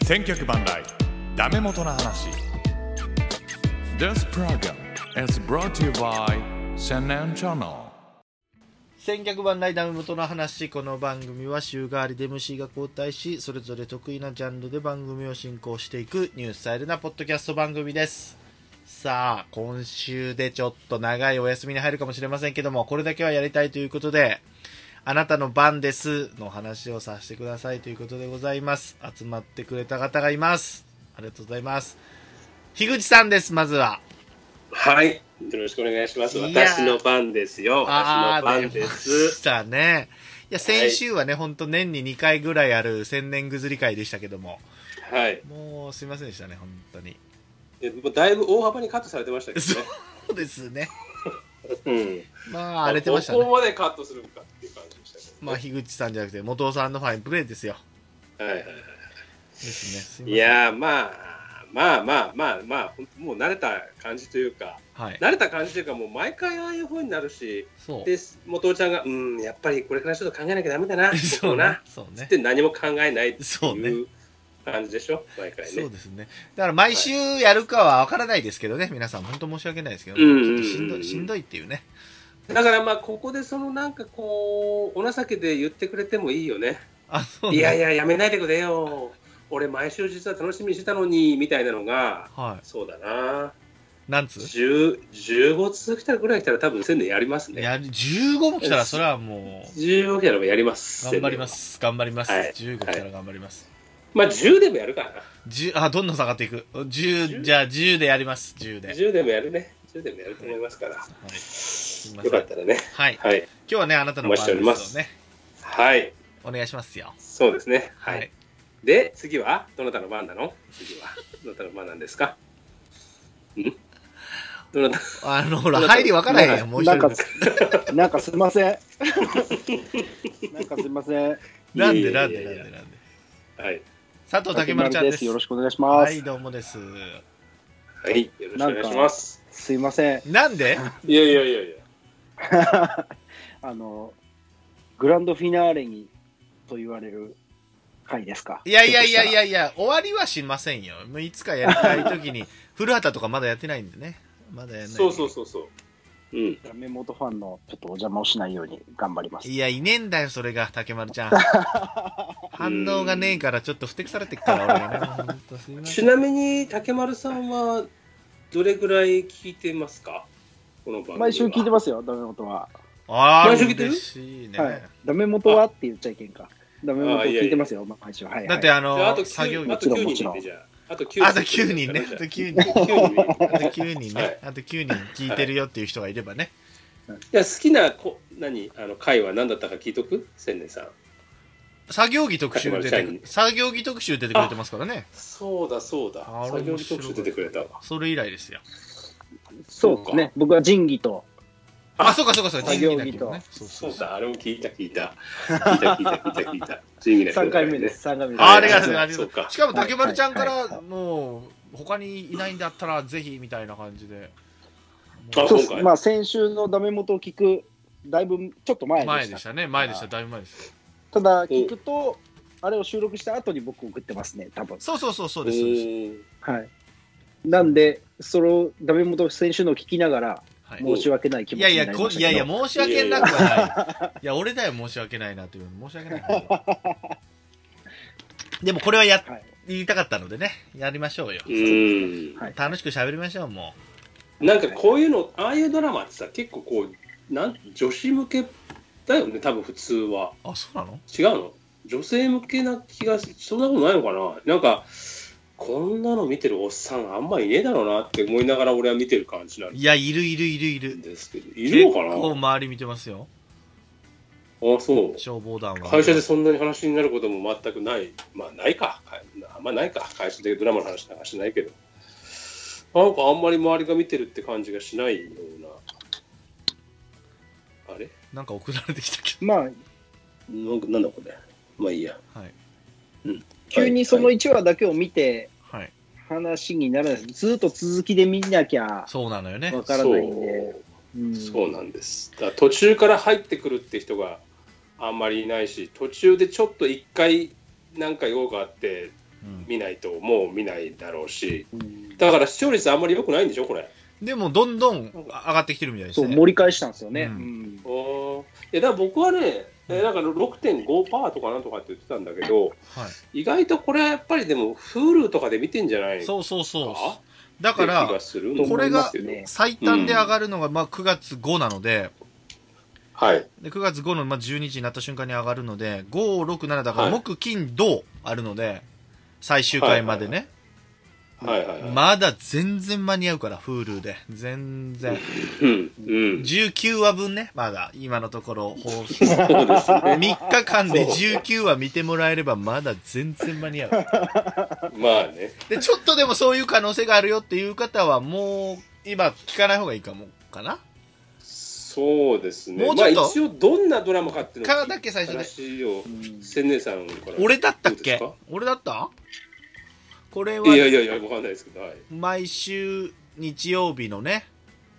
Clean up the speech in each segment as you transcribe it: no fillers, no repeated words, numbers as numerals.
千脚万来ダメ元の話。 This program is brought to you by 千年チャンネル。 千脚万来ダメ元の話。この番組は週替わりで MC が交代し、それぞれ得意なジャンルで番組を進行していくニュースタイルなポッドキャスト番組です。さあ、今週でちょっと長いお休みに入るかもしれませんけども、これだけはやりたいということで、あなたの番ですの話をさせてくださいということでございます。集まってくれた方がいます。ありがとうございます。樋口さんです。まずははい、よろしくお願いします。私の番ですよ。私の番です。 したね。いや、先週はね、ほんと年に2回ぐらいある千年ぐずり会でしたけども、 はい。 もうすいませんでしたね、本当に。 もうだいぶ大幅にカットされてましたけどね。 そうですね。 うん。 まあ荒れてましたね。 どこまでカットするのかっていう感じでしたけど、ね。 まあ樋口さんじゃなくて元尾さんのファインプレーですよ。 はいはいはい。 ですね。すいません。 いやまあ本当もう慣れた感じというか、 はい、 慣れた感じというか、もう毎回ああいう風になるし、 そうで元尾ちゃんがやっぱりこれからちょっと考えなきゃダメだな、 そうね、そうね。 って何も考えないってそうね。 いう感じでしょ、毎回ね。 そうですね。だから毎週やるかは分からないですけどね、皆さん本当申し訳ないですけど、ちょっとしんどいっていうね。 だからまあここでそのなんかこうお情けで言ってくれてもいいよね。 あ、そうね。 いやいややめないでくれよ。俺毎週実は楽しみにしてたのにみたいなのが、はい、そうだな。 何通 ？15通来たぐらい来たら多分1000年やりますね。 15も来たらそれはもう 15来たらやります。 頑張ります。頑張ります。 はい、 15来たら頑張ります。 まあ10でもやるかな。 どんどん下がっていく。10じゃあ10でやります。10で。 10でもやるね。10でもやると思いますから。はい。すいません。よかったらね。 はい。はい。今日はねあなたの番ですよね。 はい。 お願いしますよ。 そうですね。はい。で次はどなたの番なの？次はどなたの番なんですか？ どなた？ほら入り分からへんよ。もう一人。 なんかすいません。なんかすいません。 なんで。はい。佐藤竹丸ちゃんです。 よろしくお願いします。 はい、どうもです。 はい、よろしくお願いします。 すいません。 なんで？ いや。 グランドフィナーレにと言われる回ですか。 いや、終わりはしませんよ。もういつかやりたいときに、古畑とかまだやってないんでね。まだやらない。 そう。 ダメ元ファンのちょっとお邪魔をしないように頑張ります。 いや、いねえんだよ、それが、竹丸ちゃん。反応がねえから、ちょっとふてくされてっから、俺がね。 ちなみに、竹丸さんは、どれぐらい聞いてますか？この番組は。 毎週聞いてますよ、ダメ元は。 毎週聞いてる？嬉しいね。 はい。ダメ元はって言っちゃいけんか。ダメ元聞いてますよ、毎週。はい。 だって作業着。 あと9人でじゃあ。あと 9人ね。あと9人聞いてるよっていう人がいればね。 いや、好きな回は何だったか聞いとく？千年さん。 作業着特集出てくれてますからね。 そうだ。作業着特集出てくれたわ。 それ以来ですよ。 そうですね。僕は仁義と。 そうか。 作業着と。 そうだ、あれも聞いた。仁義 3回目です。3回目です。 ありがとうございます。しかも竹丸ちゃんからもう他にいないんだったらぜひみたいな感じで。 そうです。まあ先週のダメ元を聞くだいぶちょっっと前でしたね。だいぶ前です。 ただ聞くとあれを収録した後に僕送ってますね、多分。 そうです。 はい。なんでそのダメ元先週の聞きながら。申し訳ない気持ちになりましたけど。 いや申し訳なくはない。いや俺だよ申し訳ないなという申し訳ない。でもこれは言いたかったのでね、やりましょうよ。楽しく喋りましょう。もうなんかこういうの、ああいうドラマってさ、結構こう女子向けだよね、多分普通は。 あ、そうなの？ 違うの？女性向けな気がそんなことないのかな。なんかこんなの見てるおっさんあんまいねえだろうなって思いながら俺は見てる感じなんです。 いや、いるですけど、いるのかな。 結構周り見てますよ。 あ、そう。 消防団は会社でそんなに話になることも全くない。まあないか、あんまないか。会社でドラマの話なんかしないけど、なんかあんまり周りが見てるって感じがしないような。あれ？ なんか送られてきたけど。 まあなんだこれ。まあいいや。 はい。 急にその1話だけを見て、話にならない。ずっと続きで見なきゃそうなのよね。 わからないんで。 そうなんです。だから途中から入ってくるって人があんまりいないし、途中でちょっと一回なんか用があって見ないともう見ないだろうし、だから視聴率あんまり良くないんでしょこれ。 でもどんどん上がってきてるみたいですね。 そう盛り返したんですよね。 いやだから僕はね、なんか 6.5% とかなんとかって言ってたんだけど、意外とこれはやっぱりでも Hulu とかで見てんじゃないか。 そうだからこれが最短で上がるのが9月5なので、で9月5の12日になった瞬間に上がるので、5、6、7だから木金土あるので最終回までね。まだ全然間に合うから、Hulu で。全然。19話分ね、まだ、今のところ放送。3日間で19話見てもらえれば、まだ全然間に合う。 まあね。 で、ちょっとでもそういう可能性があるよっていう方は、もう、今、聞かない方がいいかも、かな。 そうですね。 もうちょっと、 一応、どんなドラマかっていうのからだけ最初で。 話を、千年さんから。 俺だったっけ？俺だった？これは、 いや、わかんないですけど、 毎週日曜日のね、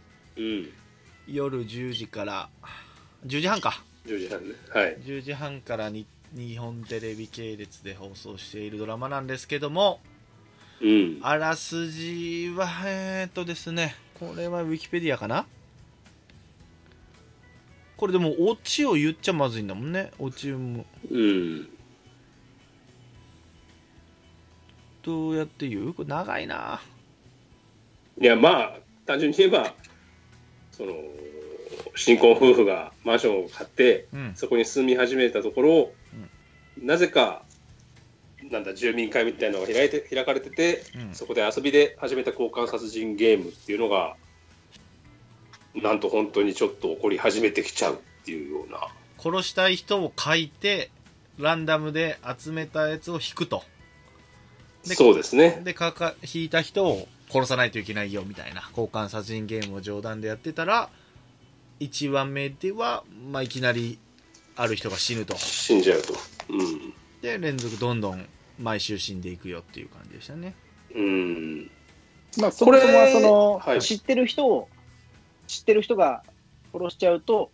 夜10時から、10時半か。 10時半ね。 10時半から日本テレビ系列で放送しているドラマなんですけども、あらすじは、ですね、これはウィキペディアかな？これでも、オチを言っちゃまずいんだもんね、オチも。どうやって言う？これ長いな。 いや、まあ単純に言えば、その新婚夫婦がマンションを買って、そこに住み始めたところ、なぜかなんだ住民会みたいなのが開かれてて、そこで遊びで始めた交換殺人ゲームっていうのがなんと本当にちょっと起こり始めてきちゃうっていうような。 殺したい人を書いてランダムで集めたやつを引くと。 そうですね。 で引いた人を殺さないといけないよみたいな交換殺人ゲームを冗談でやってたら、1話目では、いきなりある人が死ぬと。 死んじゃうと。 で連続どんどん毎週死んでいくよっていう感じでしたね。 そもそもは知ってる人が殺しちゃうと、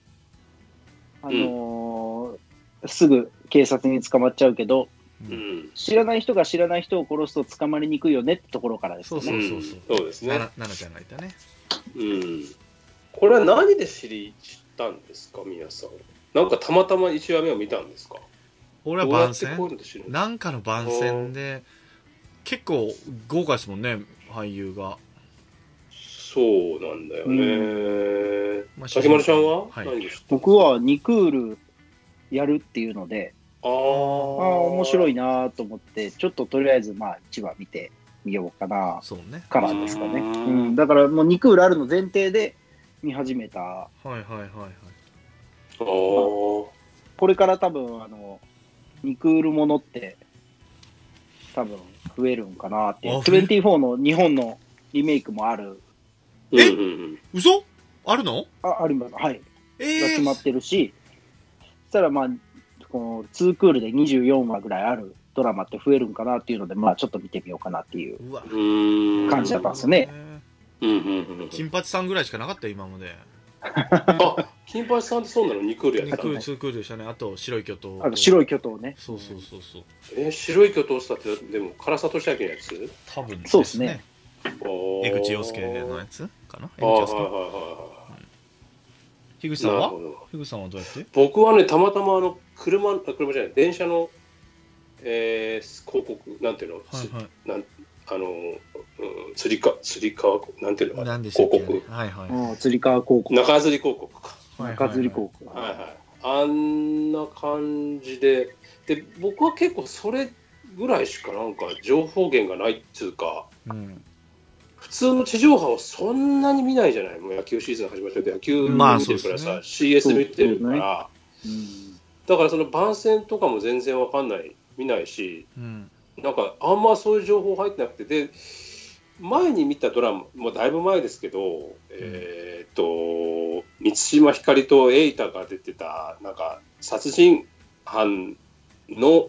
すぐ警察に捕まっちゃうけど、知らない人が知らない人を殺すと捕まりにくいよねってところからですね。 そうですね。 奈々ちゃんがいたね。 これは何で知ったんですか皆さん。なんかたまたま1話目を見たんですか？ 俺は番宣、なんかの番宣で結構豪華ですもんね、俳優が。 そうなんだよね。竹丸ちゃんは、何で知った？ 僕は2クールやるっていうので、面白いなと思って、ちょっととりあえず1話見てみようかなからですかね。だからもう2クールあるの前提で見始めた。これから多分2クールものって多分増えるんかなって。24の日本のリメイクもある。 嘘？あるの？ あります。はい。が決まってるし、そしたらこの2クールで24話ぐらいあるドラマって増えるんかなっていうので、ちょっと見てみようかなっていう感じだったんですね。 金八さんぐらいしかなかったよ今まで。 金八さんってそうなの？2クールやったの ？2クールでしたね。あと白い巨頭。 白い巨頭ね。 そう。 白い巨頭したってでも唐里千秋のやつ？ 多分そうですね。 江口洋介のやつかな？江口洋介。樋口さんは？樋口さんはどうやって？ 僕はね、たまたま車じゃない、電車の、広告、なんていうの、つり革、なんていうのかな、広告。 つり革広告。 中吊り広告か。 中吊り広告。 あんな感じで、僕は結構それぐらいしかなんか情報源がないっていうか、普通の地上波をそんなに見ないじゃない。もう野球シーズン始まっちゃって野球見てるからさ、CS 見てるから、だからその番宣とかも全然わかんない、見ないし、なんかあんまそういう情報入ってなくて、で前に見たドラマもだいぶ前ですけど、満島ひかりと瑛太が出てたなんか殺人犯の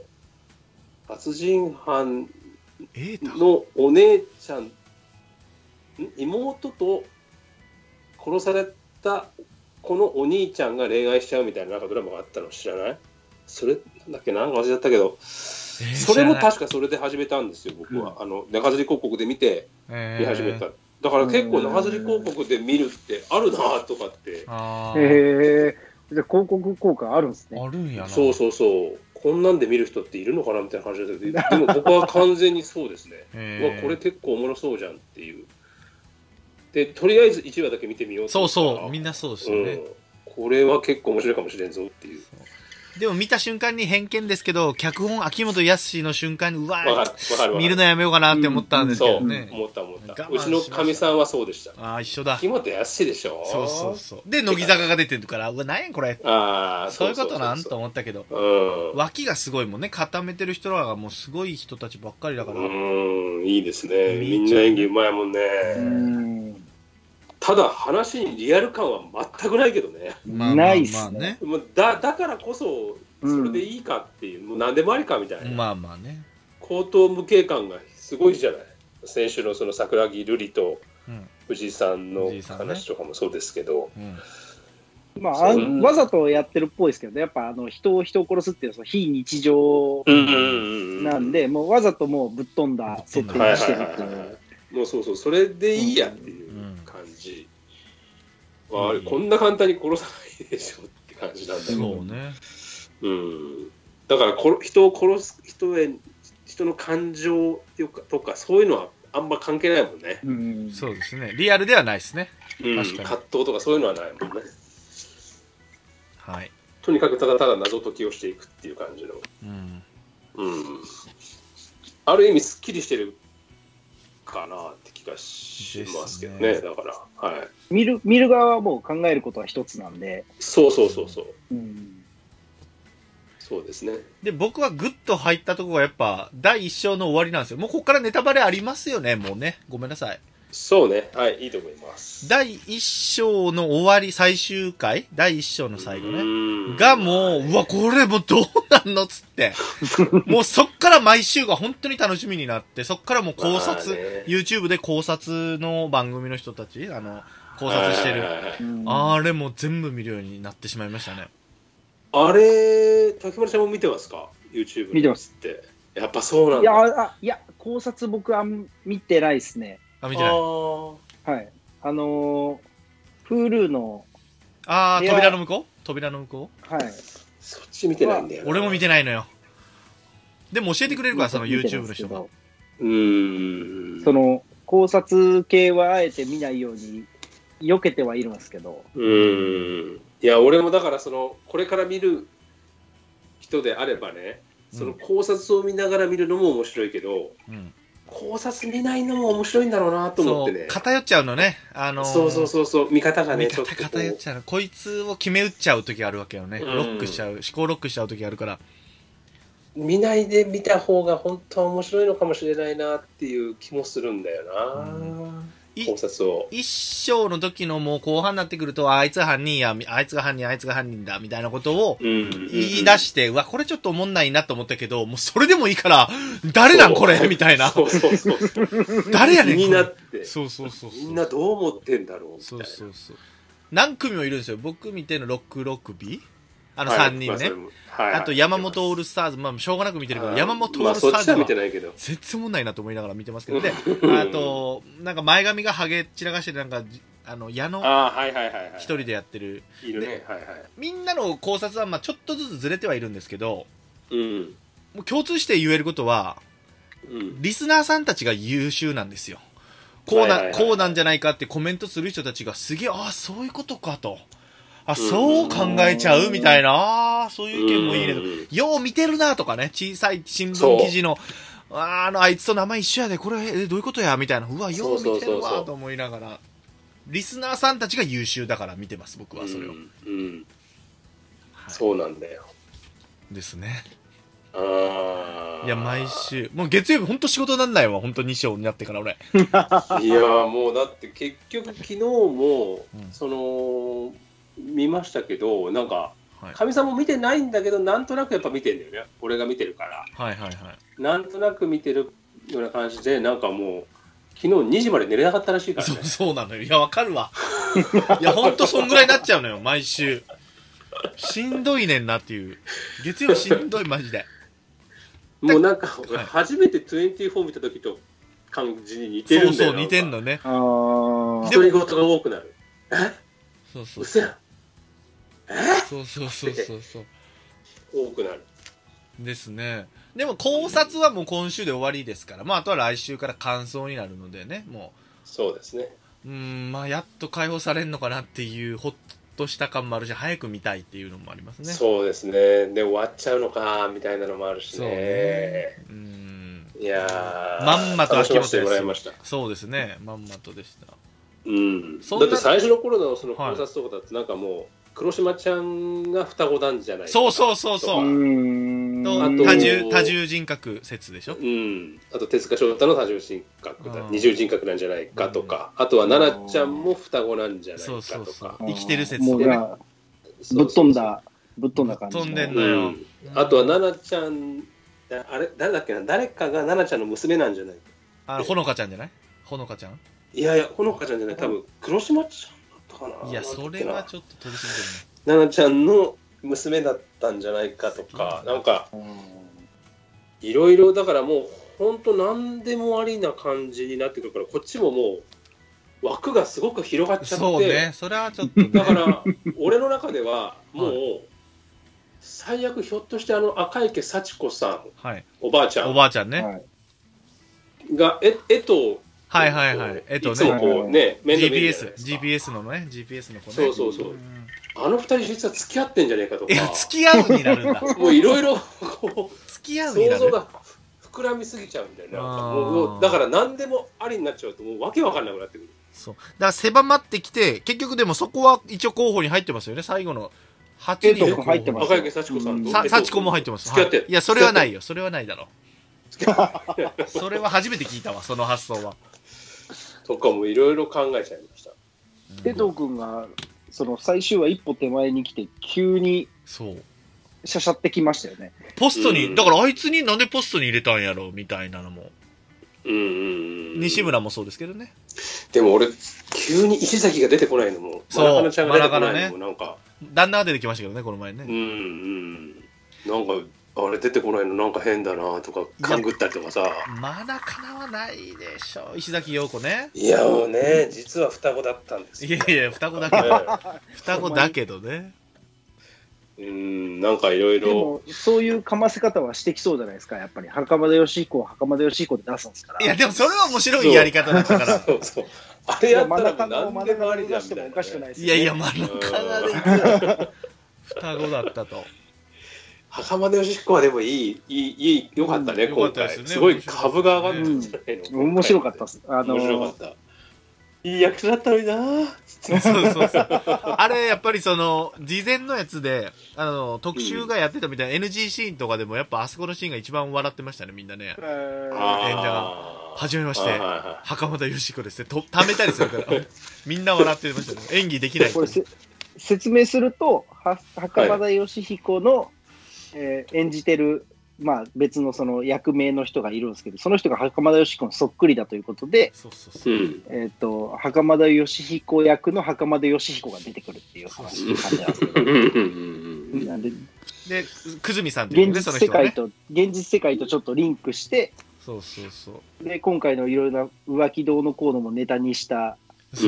お姉ちゃん、妹と殺されたこのお兄ちゃんが恋愛しちゃうみたいななんかドラマがあったの知らない？それなんだっけな、忘れちゃったけど、 それも確かそれで始めたんですよ、僕は。中吊り広告で見て、見始めた。だから結構中吊り広告で見るってあるなとかって。 じゃあ広告効果あるんですね。 あるんやな。 そうそうそう。こんなんで見る人っているのかなみたいな話だけど、でも僕は完全にそうですね。これ結構おもろそうじゃんっていう。で、とりあえず1話だけ見てみようと。そうそう、みんなそうですよね。 これは結構面白いかもしれんぞっていう。 でも見た瞬間に偏見ですけど、脚本秋元康の瞬間にうわー見るのやめようかなって思ったんですけどね。 そう思ったうちのかみさんはそうでした。 ああ一緒だ。 秋元康でしょ。 そうで乃木坂が出てるから、うわ何やこれ。そういうことなんと思ったけど、脇がすごいもんね。固めてる人らがもうすごい人たちばっかりだから。 いいですね。みんな演技うまいもんね。ただ話にリアル感は全くないけどね。 ないっすね。 だからこそそれでいいかっていう、もう何でもありかみたいな。 まあまあね。 口頭無形感がすごいじゃない。先週のその桜木瑠璃と藤井さんの話とかもそうですけど。 まあわざとやってるっぽいですけどね。やっぱ人を殺すっていうのは非日常なんで、もうわざともうぶっ飛んだ設定にしてるっていう。 もうそうそれでいいやっていう感じ。こんな簡単に殺さないでしょって感じなんだけど。 そうね。 だから人を殺す人の感情とかそういうのはあんま関係ないもんね。そうですね。リアルではないですね。 葛藤とかそういうのはないもんね。 はい。 とにかくただただ謎解きをしていくっていう感じの。ある意味すっきりしてるかなって気がしますけどね。だから見る側はもう考えることは一つなんで。 そう。そうですね。 で、僕はグッと入ったところがやっぱ第一章の終わりなんですよ。もうここからネタバレありますよね、もうね。ごめんなさい。 そうね。はい、いいと思います。 第一章の終わり、最終回第一章の最後ね。がもう、うわ、これもうどうなんのつって。もうそっから毎週が本当に楽しみになって、そっからもう考察、YouTube で考察の番組の人たち、考察してる。あれも全部見るようになってしまいましたね。 あれ、竹村さんも見てますか ?YouTube 見てますって。やっぱそうなんだ。 いや、考察僕は見てないですね。 見てない。 はい。Hulu の。 扉の向こうはい。 そっち見てないんだよ。 俺も見てないのよ。でも教えてくれるから、その YouTube の人が。 その、考察系はあえて見ないように、避けてはいるんですけど。 いや、俺もだからこれから見る人であればね、その考察を見ながら見るのも面白いけど、考察見ないのも面白いんだろうなと思ってね。 偏っちゃうのね。 そう見方がね、 ちょっと偏っちゃうの。こいつを決め打っちゃう時あるわけよね。ロックしちゃう、思考ロックしちゃう時あるから。 見ないで見た方が本当は面白いのかもしれないなっていう気もするんだよな。考察を。 一章の時のもう後半になってくると、あいつが犯人や、あいつが犯人だ、みたいなことを言い出して、うわ、これちょっとおもんないなと思ったけど、もうそれでもいいから、誰なんこれみたいな。誰やねん。 気になって。 みんなどう思ってんだろうみたいな。 何組もいるんですよ。僕見ての6ビ3人ね。あと山本オールスターズ、まあしょうがなく見てるけど、山本オールスターズは全然おもんないなと思いながら見てますけど、で、あと、なんか前髪がハゲ散らかしてなんか、矢野一人でやってる。 いるね。 みんなの考察はまあちょっとずつずれてはいるんですけど、もう共通して言えることは、リスナーさんたちが優秀なんですよ。こうなんじゃないかってコメントする人たちがすげえ、そういうことかと。そう考えちゃうみたいな、そういう意見もいいねと。よう見てるなとかね、小さい新聞記事の、あいつと名前一緒やで、これ、どういうことやみたいな。うわ、よう見てるわと思いながら。リスナーさんたちが優秀だから見てます、僕はそれを。 そうなんだよ。 ですね。いや、毎週。もう月曜日ほんと仕事なんないわ、ほんと2章になってから俺。 いや、もうだって結局昨日も、見ましたけど、なんか、かみさんも見てないんだけど、なんとなくやっぱ見てんだよね。俺が見てるから。なんとなく見てるような感じで、なんかもう、昨日2時まで寝れなかったらしいからね。 そうなのよ。いや、わかるわ。いや、ほんとそんぐらいになっちゃうのよ、毎週。しんどいねんなっていう。月曜しんどい、マジで。 もうなんか俺初めて24見た時と感じに似てるんだよ。 そう似てんのね。 独り言が多くなる。 そうそう。 嘘や。 そう多くなる。 ですね。でも考察はもう今週で終わりですから、まああとは来週から感想になるのでね、もう。そうですね。 まあやっと解放されるのかなっていうほっとした感もあるし、早く見たいっていうのもありますね。 そうですね。で終わっちゃうのかみたいなのもあるしね。 そうね。 いやー、 まんまと秋元してもらいました。 そうですね。まんまとでした。 だって最初の頃のその考察とかだってなんかもう黒島ちゃんが双子なんじゃないか。 そう。多重人格説でしょ。 あと手塚翔太の多重人格だ、二重人格なんじゃないかとか、あとは奈々ちゃんも双子なんじゃないかとか、 生きてる説ね。 ぶっ飛んだ感じ。 飛んでんのよ。 あとは奈々ちゃん、あれ誰だっけな、誰かが奈々ちゃんの娘なんじゃないか。 ほのかちゃんじゃない？ほのかちゃん？ いやほのかちゃんじゃない、多分黒島ちゃんだったかな。 いやそれはちょっと取りすぎてるね。 奈々ちゃんの娘だったんじゃないかとか、なんかいろいろだからもう本当何でもありな感じになってくるから、こっちももう枠がすごく広がっちゃって、 そうね、それはちょっと、ね、 だから俺の中ではもう最悪ひょっとして赤池幸子さん、 はい、 おばあちゃんね、 が江藤はいいつもこうね、面倒見るじゃないですか。 GPS のね、GPS の子ね。 そう。あの二人実は付き合ってんじゃねえかとか。 いや、付き合うになるんだ。 もういろいろこう付き合うになる。 想像が膨らみすぎちゃうんだよね。もうだから何でもありになっちゃうともうわけわかんなくなってくる。 そう。だから狭まってきて、結局でもそこは一応候補に入ってますよね。最後の8人の入ってます。 赤池幸子さんと幸子も入ってます。 付き合ってる。 いや、それはないよ。それはないだろう。それは初めて聞いたわ、その発想は。 とかもいろいろ考えちゃいました。 江藤君がその最終話一歩手前に来て急にシャシャってきましたよね。 ポストに、だからあいつになんでポストに入れたんやろみたいなのも。西村もそうですけどね。 でも俺急に石崎が出てこないのも、 そう、 マナちゃんが出てこないのもなんか、 旦那が出てきましたけどね、この前ね。 なんかあれ出てこないのなんか変だなとか勘ぐったりとかさ。 まだかなはないでしょ、石崎陽子ね。 いやもうね、実は双子だったんですよ。 いや双子だけど双子だけどね。 なんかいろいろ。でもそういうかませ方はしてきそうじゃないですか。やっぱり袴田義彦を袴田義彦で出すんですから。 いやでもそれは面白いやり方だったから。 そうあれやったら何でもありだみたいな。 いや真ん中で双子だったと。 袴田義彦はでも良かったね、今回。すごい株が上がったんじゃないの。 面白かったです。 面白かった。いい役者だったのになぁ。 そうあれやっぱりその事前のやつで特集がやってたみたいな NG シーンとかでもやっぱあそこのシーンが一番笑ってましたね、みんなね。演者がはじめまして袴田義彦ですってためたりするからみんな笑ってましたね。演技できない。 これ説明すると袴田義彦の演じてるまあ別のその役名の人がいるんですけど、その人が袴田義彦のそっくりだということで、袴田義彦役の袴田義彦が出てくるっていう話に感じなんですけど。 で、久住さんっていうね、その人がね。 現実世界とちょっとリンクして、で今回のいろいろな浮気どうのこうのもネタにした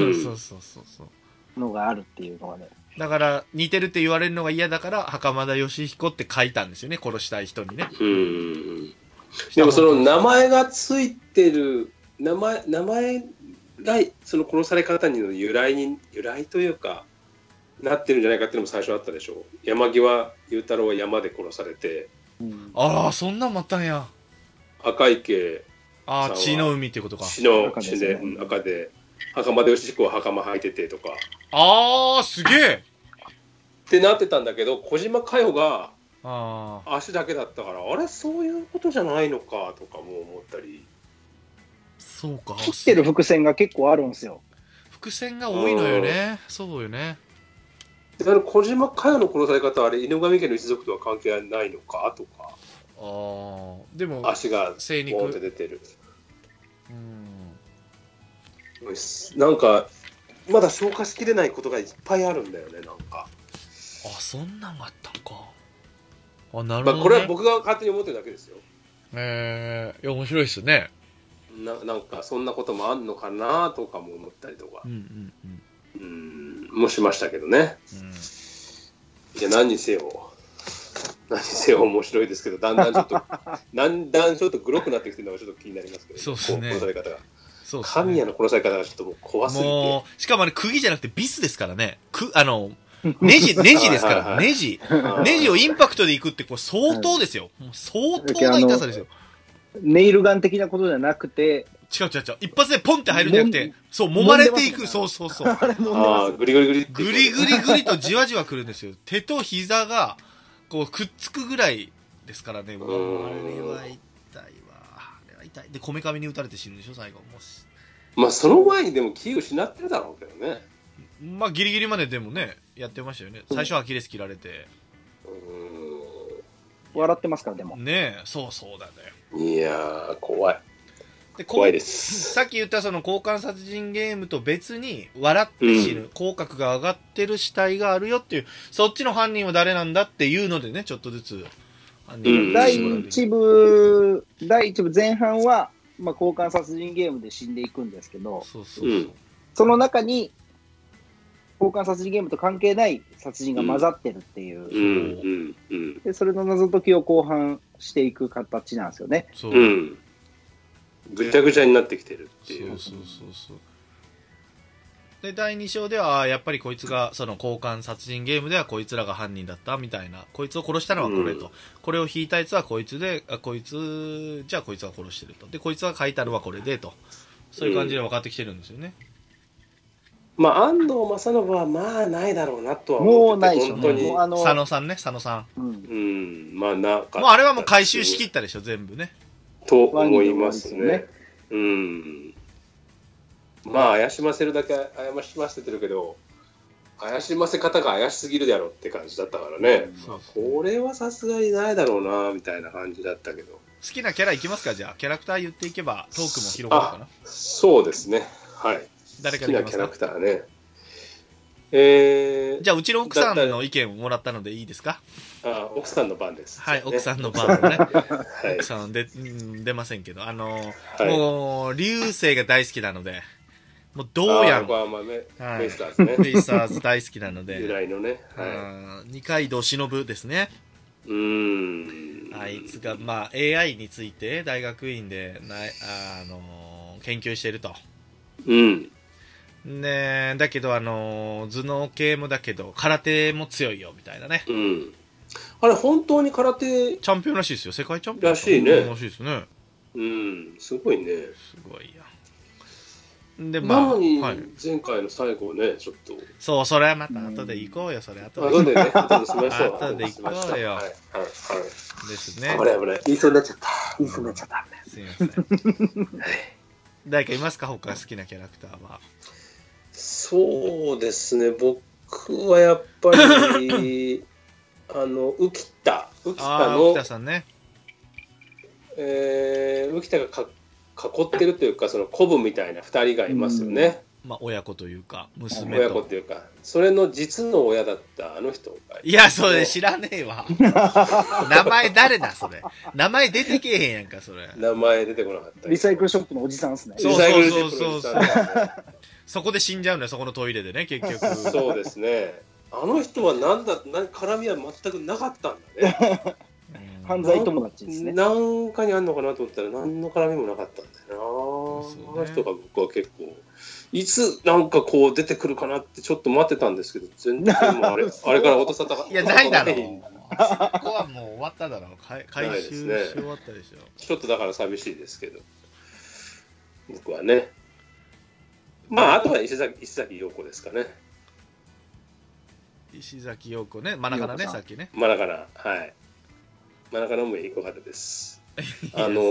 のがあるっていうのがね。 だから似てるって言われるのが嫌だから袴田義彦って書いたんですよね、殺したい人にね。 でもその名前がついてる名前がその殺され方にの由来というかなってるんじゃないかっていうのも最初あったでしょ。山際裕太郎は山で殺されて、 ああそんなんもあったんや。 赤池さんは血の海ってことか。 血で赤で袴田義彦は袴履いててとか。 ああすげえってなってたんだけど、小島佳代が足だけだったから、あれそういうことじゃないのかとかも思ったり。 そうか。 切ってる伏線が結構あるんですよ。 伏線が多いのよね。そうよね。 だから小島佳代の殺され方はあれ犬神家の一族とは関係ないのかとか。 でも足がボーンって出てる。なんかまだ消化しきれないことがいっぱいあるんだよね、なんか。 そんなんがあったんか。なるほど、ね。 これは僕が勝手に思ってるだけですよ。 いや面白いですよね。 なんかそんなこともあんのかなとかも思ったりとか、もしましたけどね。いや何にせよ面白いですけど、だんだんちょっとグロくなってきてるのがちょっと気になりますけど、 そうですね。 殺され方が。神谷の殺され方がちょっともう怖すぎて。もうしかも釘じゃなくてビスですからね。ネジですから、ネジをインパクトでいくってこれ相当ですよ。相当な痛さですよ。 ネイルガン的なことじゃなくて、 違う。一発でポンって入るんじゃなくて、揉まれていく。そう。 グリグリとじわじわくるんですよ。手と膝が、こう、くっつくぐらいですからね。あれは痛いわ。で、こめかみに打たれて死ぬでしょ、最後。 まあ、その前にでも気を失ってるだろうけどね。 まあ、ギリギリまででもね、やってましたよね。最初はアキレス切られて。 笑ってますから、でも。 ねえ、そうだね。 いやー、怖いです。 さっき言ったその交換殺人ゲームと別に笑って死ぬ、口角が上がってる死体があるよっていう、そっちの犯人は誰なんだっていうのでね、ちょっとずつ犯人第一部前半は、まあ、交換殺人ゲームで死んでいくんですけど、その中に交換殺人ゲームと関係ない殺人が混ざってるっていう、でそれの謎解きを後半していく形なんですよね。 ぐちゃぐちゃになってきてるっていう。 で第2章ではやっぱりこいつがその交換殺人ゲームではこいつらが犯人だったみたいな、こいつを殺したのはこれと、これを引いたやつはこいつで、こいつが殺してると、でこいつが書いてあるはこれでと、そういう感じで分かってきてるんですよね。 まあ安藤正信はまあないだろうなとは思ってて、もうないでしょ本当に佐野さんね、佐野さん。まあなんかもうあれはもう回収しきったでしょ全部ね。 と思いますね。まあ怪しませるだけ怪しませてるけど、怪しませ方が怪しすぎるだろうって感じだったからね。これはさすがにないだろうなみたいな感じだったけど。好きなキャラいきますか？じゃあキャラクター言っていけばトークも広がるかな。 そうですね。はい。 誰からいきますか？ 好きなキャラクターね。 じゃあうちの奥さんの意見をもらったのでいいですか？ 奥さんの番です。 はい、奥さんの番のね。奥さん出ませんけど、もう流星が大好きなので、もうどうやん。 ベイスターズね。 ベイスターズ大好きなので。 由来のね。 二階堂忍ですね。あいつがまあ AI について大学院で研究してると。ね、だけど頭脳系もだけど空手も強いよみたいなね。 あれ本当に空手チャンピオンらしいですよ。世界チャンピオンらしいね。 らしいですね。 すごいね。 すごいや。でなのに前回の最後ねちょっと。 そう、それはまた後で行こうよ。それ後で。 後でね、後でしましょう。 後で行こうよ。ですね。 危ない。言いそうになっちゃった。すみません。誰かいますか？他好きなキャラクターは。 そうですね。僕はやっぱり浮田さんね。 浮田が囲ってるというか、その子分みたいな2人がいますよね。 まあ親子というか娘と。 親子というか、それの実の親だったあの人が。 いや、それ知らねえわ。名前誰だそれ。名前出てけえへんやんかそれ。 名前出てこなかった。 リサイクルショップのおじさんですね。 そう。そこで死んじゃうのよ、そこのトイレでね、結局。 そうですね。あの人は絡みは全くなかったんだね。 犯罪友達ですね。 何かにあんのかなと思ったら何の絡みもなかったんだよな。あの人が僕は結構いつなんかこう出てくるかなってちょっと待ってたんですけど、全然もうあれから落とさたかった。 いや、ないだろう。そこはもう終わっただろう。回収し終わったでしょ。 ちょっとだから寂しいですけど、僕はね。まああとは石崎陽子ですかね。 石崎陽子ね、マナカナね、さっきね。 マナカナ、はい。マナカナも良かったです。あの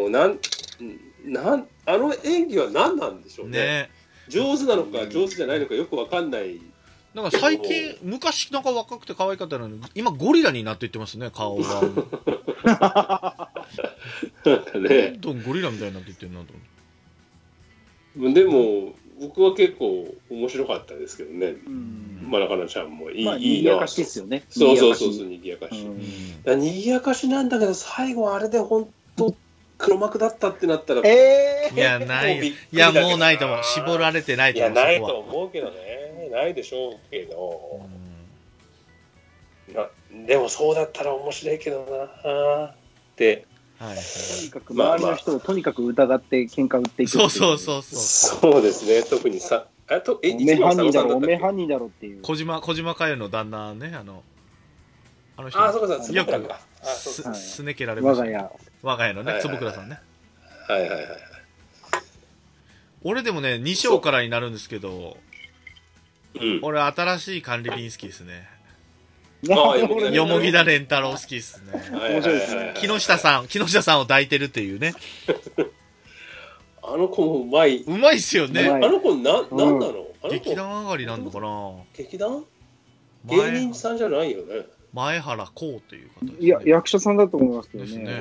演技は何なんでしょうね。上手なのか上手じゃないのかよく分かんない。 なんか最近昔なんか若くて可愛かったのに今ゴリラになっていってますね、顔が。 なんかね。 どんどんゴリラみたいになっていってるなと思って。でも僕は結構面白かったですけどね。マナカナちゃんもいいな。 賑やかしですよね。 そう賑やかし。賑やかしなんだけど最後あれで本と黒幕だったってなったら、 いやないいやもうないと思う、絞られてないと思う。 いやないと思うけどね、ないでしょうけど、でもそうだったら面白いけどなって、 はい、とにかく周りの人をとにかく疑って喧嘩売っていくっていう。 そうですね。特にさ、 おめ犯人だろ、おめ犯人だろっていう。 小島佳代の旦那ね、あの人そうかそうよくすね蹴られました。我が家のね、坪倉さんね。 はいはいはい。 俺でもね、2章からになるんですけど、俺新しい管理人好きですね。よもぎだれんたろう好きですね。 面白いですね。 木下さんを抱いてるっていうね。 あの子もうまい。 うまいっすよね。 あの子なんなの？ 劇団上がりなんのかな。 劇団？芸人さんじゃないよね。 前原こうという方ですね。 いや役者さんだと思いますけどね。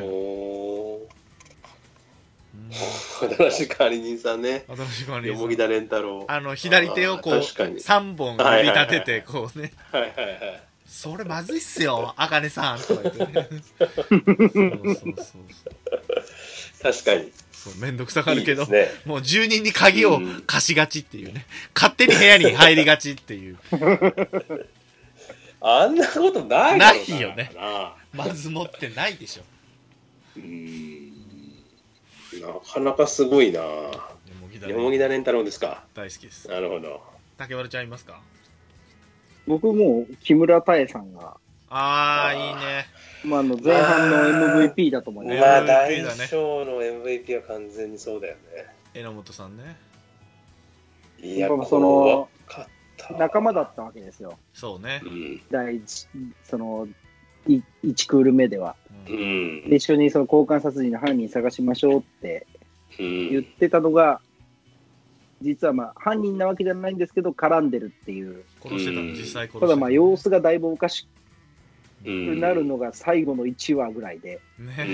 新しい管理人さんね。よもぎだれんたろう。 左手をこう3本指立ててこうね。 はいはいはい。 それまずいっすよ、あかねさんとか言ってね。 確かに。 めんどくさがるけど、もう住人に鍵を貸しがちっていうね。勝手に部屋に入りがちっていう。 あんなことないないよね。まずもってないでしょ。 なかなかすごいな。よもぎだれんたろうですか。 大好きです。 なるほど。 竹丸ちゃんいますか？ 僕も木村多江さんが。 いいね。 前半の MVP だと思います。 大賞の MVP は完全にそうだよね。 榎本さんね。 いや、 その仲間だったわけですよ。 そうね。 第一1クール目では。で一緒にその交換殺人の犯人探しましょうって言ってたのが、実は犯人なわけじゃないんですけど絡んでるっていう。 殺してた、実際殺してた。 ただ様子がだいぶおかしくなるのが最後の1話ぐらいで。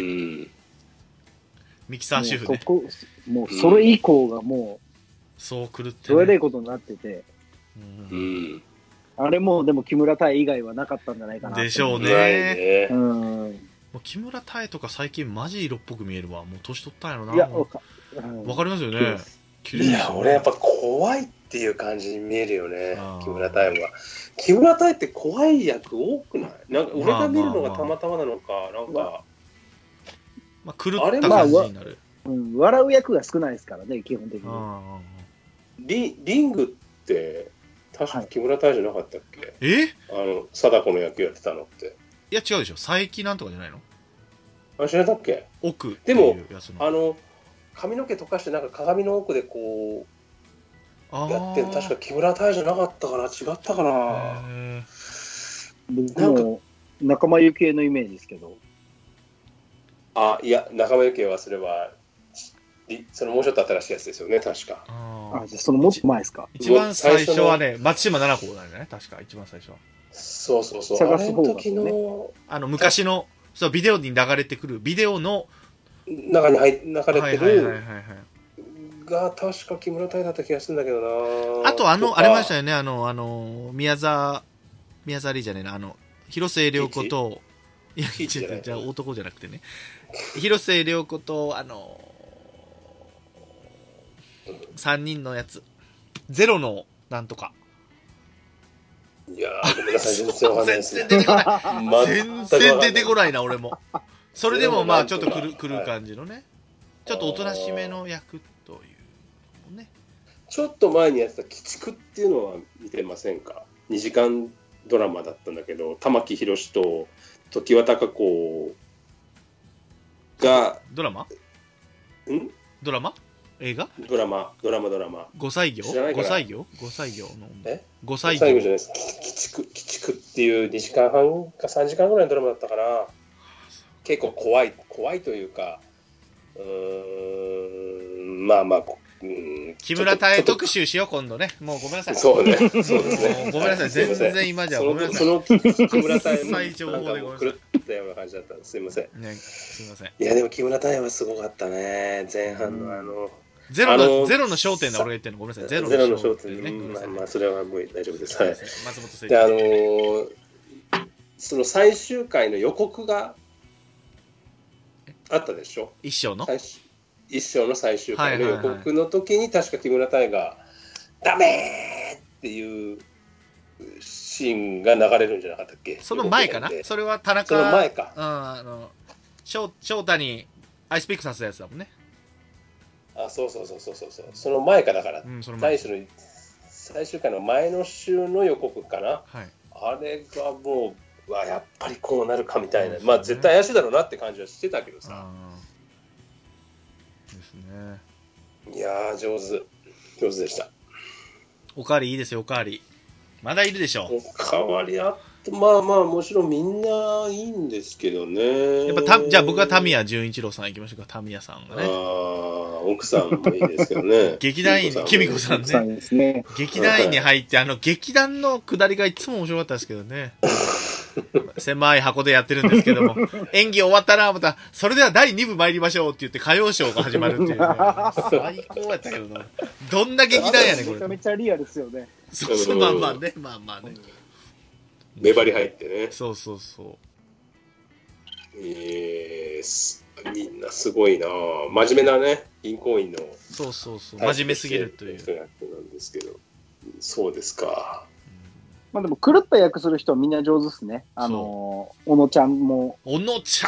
ミキサー主婦ね。 もうそれ以降がもうそう狂って、 それでいいことになってて。あれもでも木村多江以外はなかったんじゃないかな。 でしょうね。木村多江とか最近マジ色っぽく見えるわ。もう年取ったんやろな。 いや、 わかりますよね。 いや、俺やっぱ怖いっていう感じに見えるよね、木村多江は。木村多江って怖い役多くない？なんか俺が見るのがたまたまなのか、なんか。 狂った感じになる。 笑う役が少ないですからね、基本的に。 リングって、確か木村多江じゃなかったっけ？貞子の役やってたのって。 いや違うでしょ、佐伯なんとかじゃないの？ 知らなかったっけ？ 奥っていうやつの。 でも髪の毛溶かしてなんか鏡の奥でこうやってる、確か木村多江じゃなかったかな、違ったかな。 僕も仲間由紀恵のイメージですけど。 いや、仲間由紀恵はそれはそのもうちょっと新しいやつですよね、確か。 じゃあそのもっと前ですか。 一番最初はね、松島菜々子なんだね、確か一番最初は。 そうそうそう。 探す方がね。 昔のそうビデオに流れてくるビデオの中に流れてるが確か木村多江だった気がするんだけどな。 あとあれましたよね、宮沢りじゃねえな、広末涼子と、いやじゃあ男じゃなくてね、広末涼子と3人のやつ、ゼロのなんとか。 いやー、ごめんなさい、全然わかんないですね。 全然出てこない。全然出てこないな、俺も。それでもちょっと来る感じのね、ちょっとおとなしめの役というのね。 ちょっと前にやってた鬼畜っていうのは見てませんか？2時間ドラマだったんだけど、玉木宏と常盤貴子がドラマ映画ドラマ 5歳業の 5歳業じゃないです。鬼畜っていう2時間半か3時間ぐらいのドラマだったから、結構怖いというか、 木村多江特集しよう今度ね。もうごめんなさい。 そうね。そうですね。 ごめんなさい。全然今じゃごめんなさい。 その木村多江最情報でごめんなさい。 狂ったような感じだったんです。すいません。 すいません。 いやでも木村多江はすごかったね。前半のゼロの焦点で俺が言ってるのごめんなさい。ゼロの焦点ね。 それはもう大丈夫です。はい。 松本清張。でその最終回の予告があったでしょ、 一章の最終回の予告の時に確か木村多江がダメーっていうシーンが流れるんじゃなかったっけ。 その前かな。それは田中、 その前か、 翔太にアイスピックさせたやつだもんね。 そうその前か。だから、最終回の前の週の予告かな、はい、あれがもうやっぱりこうなるかみたいな、まあ絶対怪しいだろうなって感じはしてたけどさ。 ですね。 いやー上手でした。 おかわりいいですよ。おかわりまだいるでしょ。 おかわりまあもちろんみんないいんですけどね。 やっぱじゃあ僕はタミヤ純一郎さん行きましょうか。タミヤさんがね。 奥さんもいいですけどね。 劇団員にキミコさんね。劇団員に入って劇団の下りがいつも面白かったですけどね。狭い箱でやってるんですけども、演技終わったらまたそれでは第2部参りましょうって言って歌謡ショーが始まるっていう、ね、最高やったけどな。どんな劇団やねんこれ。 めちゃめちゃリアルですよね。 そうまあまあね。 粘り入ってね。 そう。 みんなすごいな。真面目なね、銀行員の。 そう。真面目すぎるという。 なんですけど。そうですか。 まあでも狂った役する人はみんな上手ですね。小野ちゃんも。 小野ち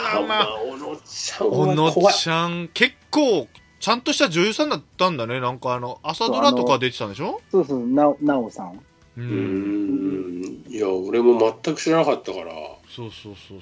ゃん結構ちゃんとした女優さんだったんだね。なんか朝ドラとか出てたんでしょ。 そうなおさん。 いや俺も全く知らなかったから。 そう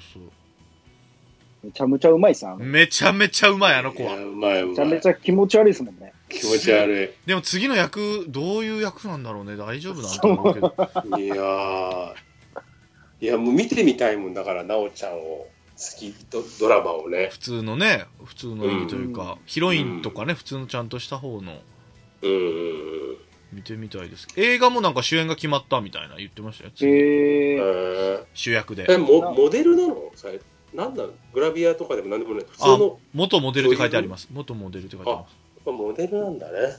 めちゃめちゃうまいさ。 めちゃめちゃうまい子は。 うまい。 めちゃめちゃ気持ち悪いですもんね。 気持ち悪い。 でも次の役どういう役なんだろうね。大丈夫なんだろうけど。 いやもう見てみたいもんだから。なおちゃんを好きドラマをね。 普通の演技というか、ヒロインとかね、普通のちゃんとした方の。見てみたいです。映画もなんか主演が決まったみたいな言ってましたよ。主役で。 モデルなの？なんだグラビアとかでもなんでもない。普通の元モデルって書いてあります。元モデルって書いてあります。 モデルなんだね。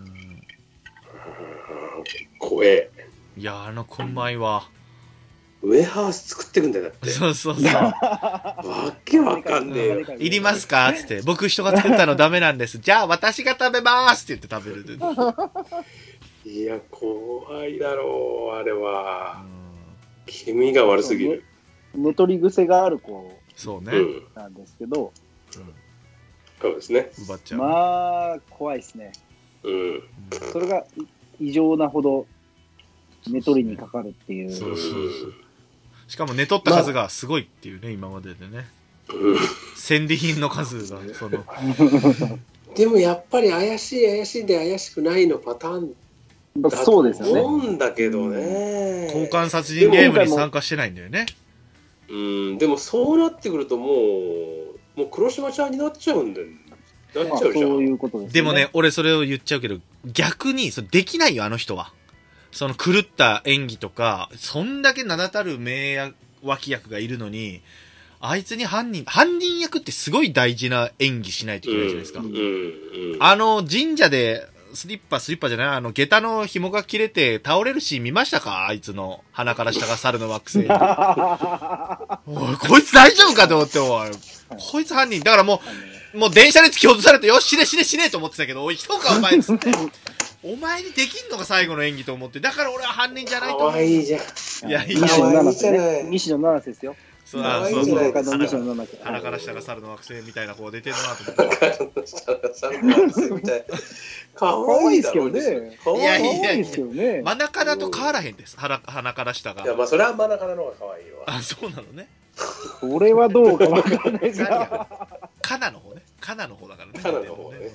怖え。 いやこんまいわ。 ウェハース作ってくんだよだって。 そう。 わけわかんねえよ。 いりますかつって。僕人が作ったのダメなんです。じゃあ私が食べますって言って食べる。 いや怖いだろうあれは。気味が悪すぎる。 寝取り癖がある子なんですけど。 そうですね。 奪っちゃう。 まあ怖いですね。それが異常なほど寝取りにかかるっていう。 そうしかも寝取った数がすごいっていうね、今まででね。戦利品の数がでもやっぱり怪しいで怪しくないのパターンだと思うんだけどね。 交換殺人ゲームに参加してないんだよね。 でもそうなってくるともう黒島ちゃんになっちゃうんだよ。なっちゃうじゃん。 そういうことですね。 でもね、俺それを言っちゃうけど、逆にできないよあの人は。その狂った演技とか、そんだけ名だたる名脇役がいるのに、あいつに犯人役ってすごい大事な演技しないといけないじゃないですか。神社でスリッパじゃない、下駄の紐が切れて倒れるシーン見ましたか？あいつの鼻から下が猿の惑星。おい、こいつ大丈夫かと思って、おい、こいつ犯人。だからもう電車で突き落とされて、よし、死ねと思ってたけど、おい、人かお前っつって。お前にできんのが最後の演技と思って、だから俺は犯人じゃないと思う。 かわいいじゃん。 いや、 西野七瀬ですよ。 そう鼻から下が猿の惑星みたいな子出てるなと思って。 猿の惑星みたい。かわいいだろうね。 いやマナカナと変わらへんです。鼻から下が。 いやまあそれはマナカナの方が可愛いわ。 あ、そうなのね。 これはどうかわかんないですが。カナの方ね。カナの方だからね。 カナの方ね。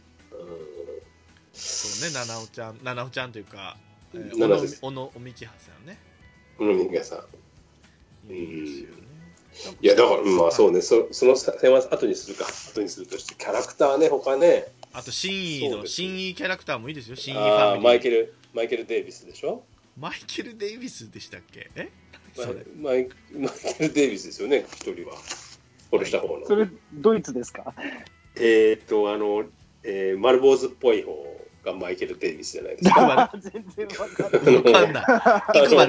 そうね、七尾ちゃんというか、小野おみきはさんね。 小野みきはさん。いやだからまあそうね、その点は後にするとしてキャラクターね、他ね。 あと新意キャラクターもいいですよ。新意ファミリー。 マイケル・デイビスでしょ。 マイケル・デイビスでしたっけ？ マイケル・デイビスですよね、一人は。殺した方の。 それドイツですか？ 丸坊主っぽい方がマイケル・デイビスじゃないですか。 全然わかんない。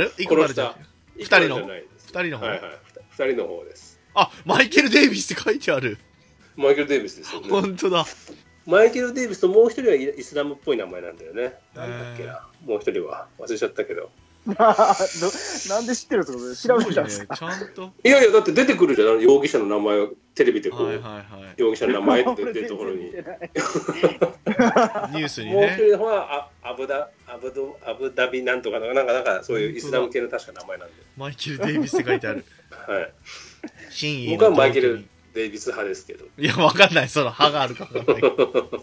イクバルじゃん。二人の方。 はいはい。2人の方です。 あ、マイケル・デイビスって書いてある。 マイケル・デイビスですよね。 本当だ。 マイケル・デイビスともう一人はイスラムっぽい名前なんだよね。なんだっけな。もう一人は忘れちゃったけど。 なんで知ってるんですか？調べてたんですか？ ちゃんと。 いやいや、だって出てくるじゃん。容疑者の名前をテレビでこう、 はいはいはい、 容疑者の名前って出てるところに。ニュースにね。 もう一人はアブダビなんとかなんかそういうイスラム系の確か名前なんで。 マイケル・デイビスって書いてある。 はい。 真意僕はマイケル・デイビス派ですけど。 いや、わかんない。その派があるかわかんない。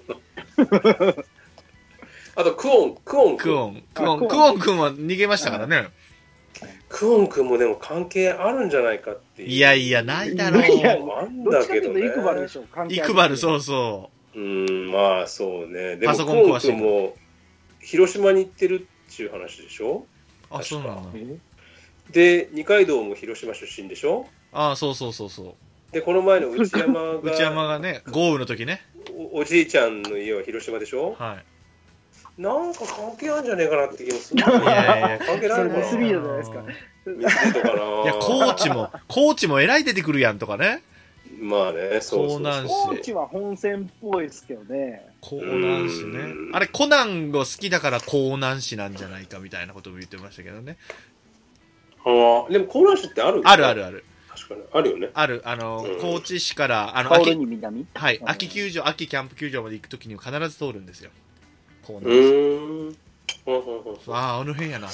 あとクオン君は逃げましたからね。 クオン君もでも関係あるんじゃないかっていう。 いやいや、ないだろう。 いや、 なんだけどね。 イクバルでしょ。 イクバル、そうそう。 まあそうね。でもクパソコンオン君も広島に行ってるっていう話でしょ。 あ、そうなんだ。 で、二階堂も広島出身でしょ。 あ、そうそう。 で、この前の内山がね、豪雨の時ね。 おじいちゃんの家は広島でしょ。 はい。 なんか関係あるんじゃねえかなって気もする。いや関係ないのかな。 ミスリードじゃないですか。 いや、コーチもえらい出てくるやんとかね。 まあね、そう。 コーチは本戦っぽいですけどね。 江南市ね。あれ、コナンが好きだから江南市なんじゃないかみたいなことも言ってましたけどね。 ああ、でも江南市ってある？ ある。 確かにあるよね。 ある。高知市から秋に南。 はい。秋キャンプ球場まで行くときに必ず通るんですよ。 あの辺やなと思いながらね。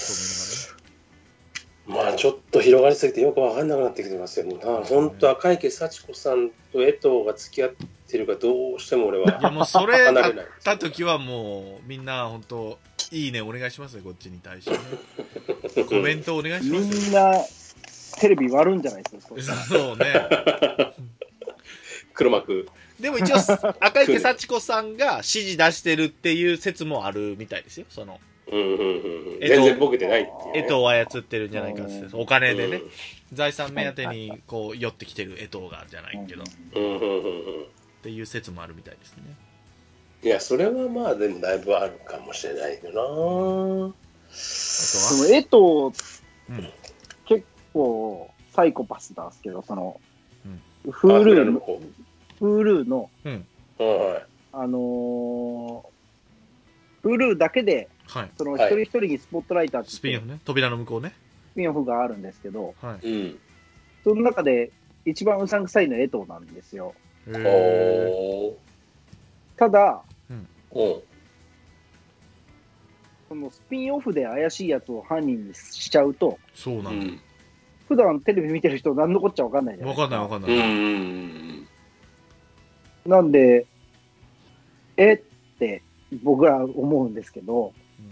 まあちょっと広がりすぎてよく分かんなくなってきてますよ。本当赤池幸子さんと江藤が付き合ってるかどうしても俺は。 いやもうそれだった時はもうみんな本当いいねお願いしますねこっちに対してね。コメントお願いします。 みんなテレビ割るんじゃないですか。 そうね。 黒幕。 でも一応赤池幸子さんが指示出してるっていう説もあるみたいですよ。その全然ボケてないっていう、ね。 江藤を操ってるんじゃないかって、お金でね、財産目当てにこう寄ってきてる江藤がじゃないけど、っていう説もあるみたいですね。 いやそれはまあでもだいぶあるかもしれないけどな。 その江藤、結構サイコパスなんですけど、その、Hulu の、Hulu だけで、その一人一人にスポットライターってスピンオフね、扉の向こうね、 スピンオフがあるんですけど、その中で一番うさんくさいのは江藤なんですよ。ただ、そのスピンオフで怪しいやつを犯人にしちゃうと、 そうなんだ。 普段テレビ見てる人何のこっちゃ分かんないじゃないですか。 分かんない。 なんで、って僕ら思うんですけど。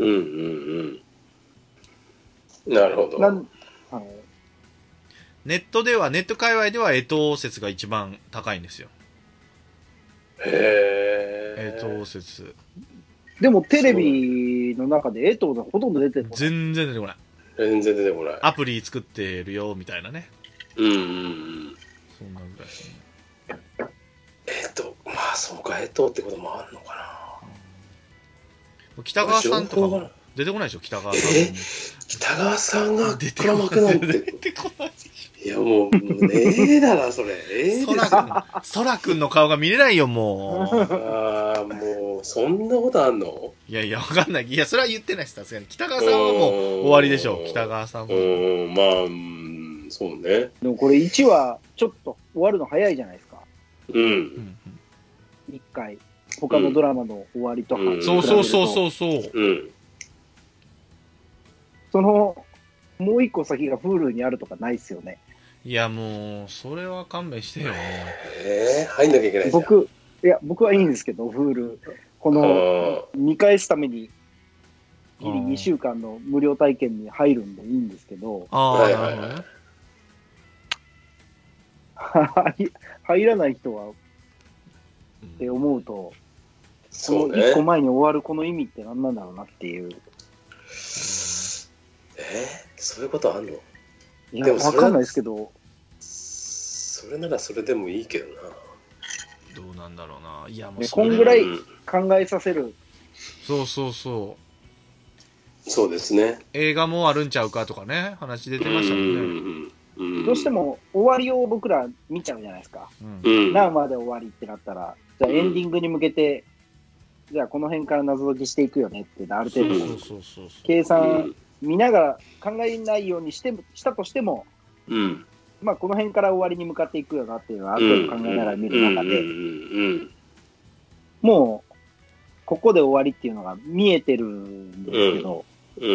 なるほど。 ネット界隈では江藤説が一番高いんですよ。江藤説。 でもテレビの中で江藤がほとんど出てこない。 全然出てこない。アプリ作ってるよみたいなね。そんなぐらいですね。 まあそうか、江藤ってこともあるのかな。北川さんとかも出てこないでしょ。北川さん。 北川さんが黒幕なんて。出てこない。いやもうねえだなそれ。 空くんの顔が見れないよもう。 ああもうそんなことあんの？ いやわかんない。いやそれは言ってないです。さすがに北川さんはもう終わりでしょう。北川さんも。 まあそうね。 でもこれ1話ちょっと終わるの早いじゃないですか。 1 回他のドラマの終わりとか。 そう。 そのもう一個先が Hulu にあるとかないっすよね。 いやもうそれは勘弁してよ。 入んなきゃいけないじゃん。 僕はいいんですけど Hulu この見返すためにギリ2週間の無料体験に入るんでいいんですけど、入らない人はって思うと、この1個前に終わるこの意味って何なんだろうなっていう。 そういうことあんの？ いや、わかんないですけど。 それならそれでもいいけどな。 どうなんだろうな。いやもうこんぐらい考えさせる。 そうですね。 映画もあるんちゃうかとかね、話出てましたもんね。 どうしても終わりを僕ら見ちゃうじゃないですか。何話で終わりってなったら、じゃあエンディングに向けて、じゃあこの辺から謎解きしていくよねってある程度計算見ながら考えないようにしたとしても、まあこの辺から終わりに向かっていくよなっていうのはある程度考えながら見る中で、もうここで終わりっていうのが見えてるんですけど、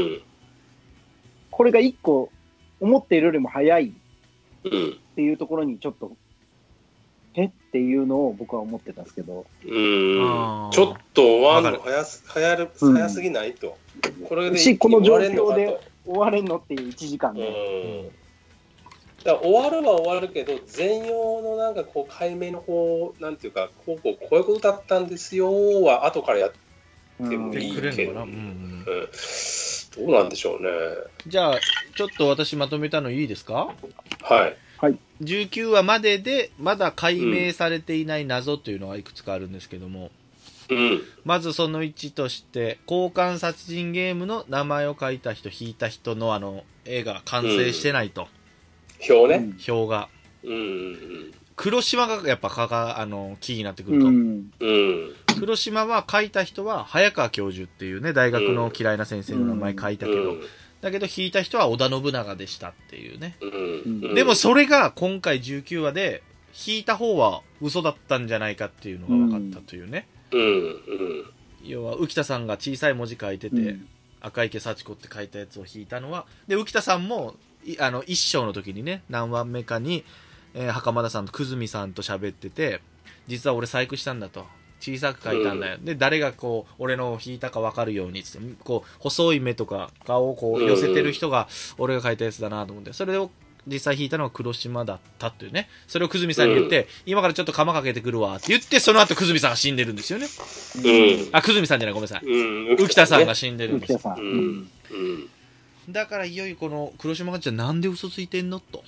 これが一個思っているよりも早いっていうところにちょっとっていうのを僕は思ってたんですけど、 ちょっと終わるの早すぎないと、これでこの状況で終われんのっていう1時間で、だから終わるは終わるけど、全容のなんかこう解明の方なんていうか、こういうことだったんですよは後からやってもいいけど、どうなんでしょうね。 じゃあちょっと私まとめたのいいですか？ はい。 19話まででまだ解明されていない謎というのがいくつかあるんですけども、まずその1として交換殺人ゲームの名前を書いた人引いた人の絵が完成してないと、表が、黒島がやっぱキーになってくると、黒島は書いた人は早川教授っていうね、大学の嫌いな先生の名前書いたけど、だけど引いた人は織田信長でしたっていうね、でもそれが今回19話で引いた方は嘘だったんじゃないかっていうのが分かったというね、要は浮田さんが小さい文字書いてて、赤池幸子って書いたやつを引いたのは、で浮田さんも一章の時にね、何話目かに、袴田さんと久住さんと喋ってて、実は俺細工したんだと、小さく書いたんだよ、で誰がこう俺の引いたか分かるようにつって、こう細い目とか顔をこう寄せてる人が俺が書いたやつだなと思って、それを実際引いたのは黒島だったっていうね。それを久住さんに言って、今からちょっと釜かけてくるわって言って、その後久住さんが死んでるんですよね。久住さんじゃない、ごめんなさい、浮田さんが死んでるんですよ。だからいよいよこの黒島がじゃあなんで嘘ついてんのと、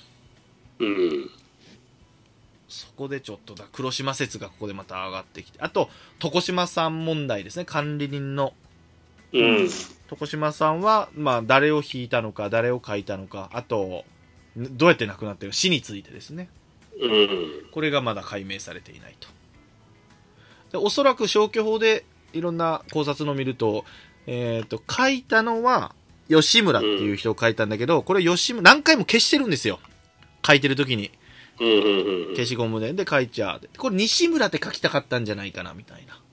そこでちょっと黒島説がここでまた上がってきて、あと床島さん問題ですね、管理人の、床島さんは、まあ、誰を引いたのか誰を書いたのか、あとどうやって亡くなってるか死についてですね、これがまだ解明されていないと。でおそらく消去法でいろんな考察の見ると、書いたのは吉村っていう人を書いたんだけど、これ吉村何回も消してるんですよ、書いてる時に。消しゴムで書いちゃう。これ西村って書きたかったんじゃないかなみたいな。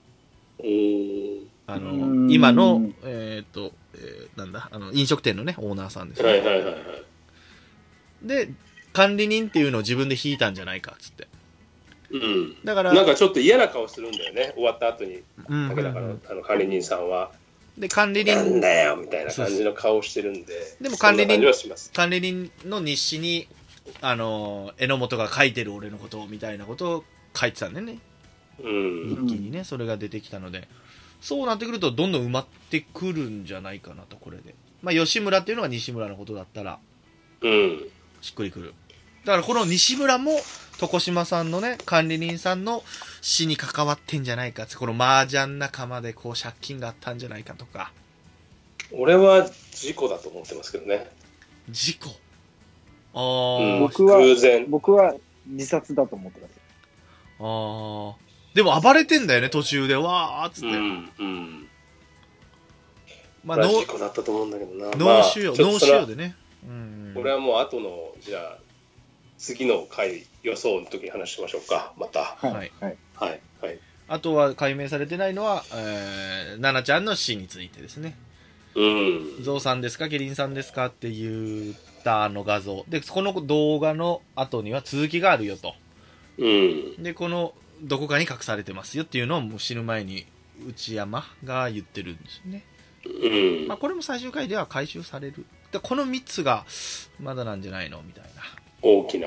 今のなんだ飲食店のねオーナーさんですね。で管理人っていうのを自分で引いたんじゃないかっつって。だからなんかちょっと嫌な顔するんだよね、終わった後に。竹中の管理人さんは。 で管理人なんだよみたいな感じの顔してるんで。 でも管理人の日誌に榎本が書いてる俺のことみたいなことを書いてたんだよね、日記にね。それが出てきたので、そうなってくるとどんどん埋まってくるんじゃないかなと。これでまあ吉村っていうのが西村のことだったらしっくりくる。だからこの西村も床島さんのね管理人さんの死に関わってんじゃないかって、この麻雀仲間でこう借金があったんじゃないかとか。 俺は事故だと思ってますけどね。 事故？ 僕は自殺だと思ってます。 でも暴れてんだよね途中で、わーっつって、 まあ事故だったと思うんだけどな。 脳腫瘍でね。 俺はもう後のじゃあ次の回予想の時に話しましょうか、また。 あとは解明されてないのは、奈々ちゃんの死についてですね。ゾウさんですかキリンさんですかっていう画像で、この動画の後には続きがあるよと、でこのどこかに隠されてますよっていうのをもう死ぬ前に内山が言ってるんですよね。まあ、これも最終回では回収される。でこの3つがまだなんじゃないのみたいな、 大きな。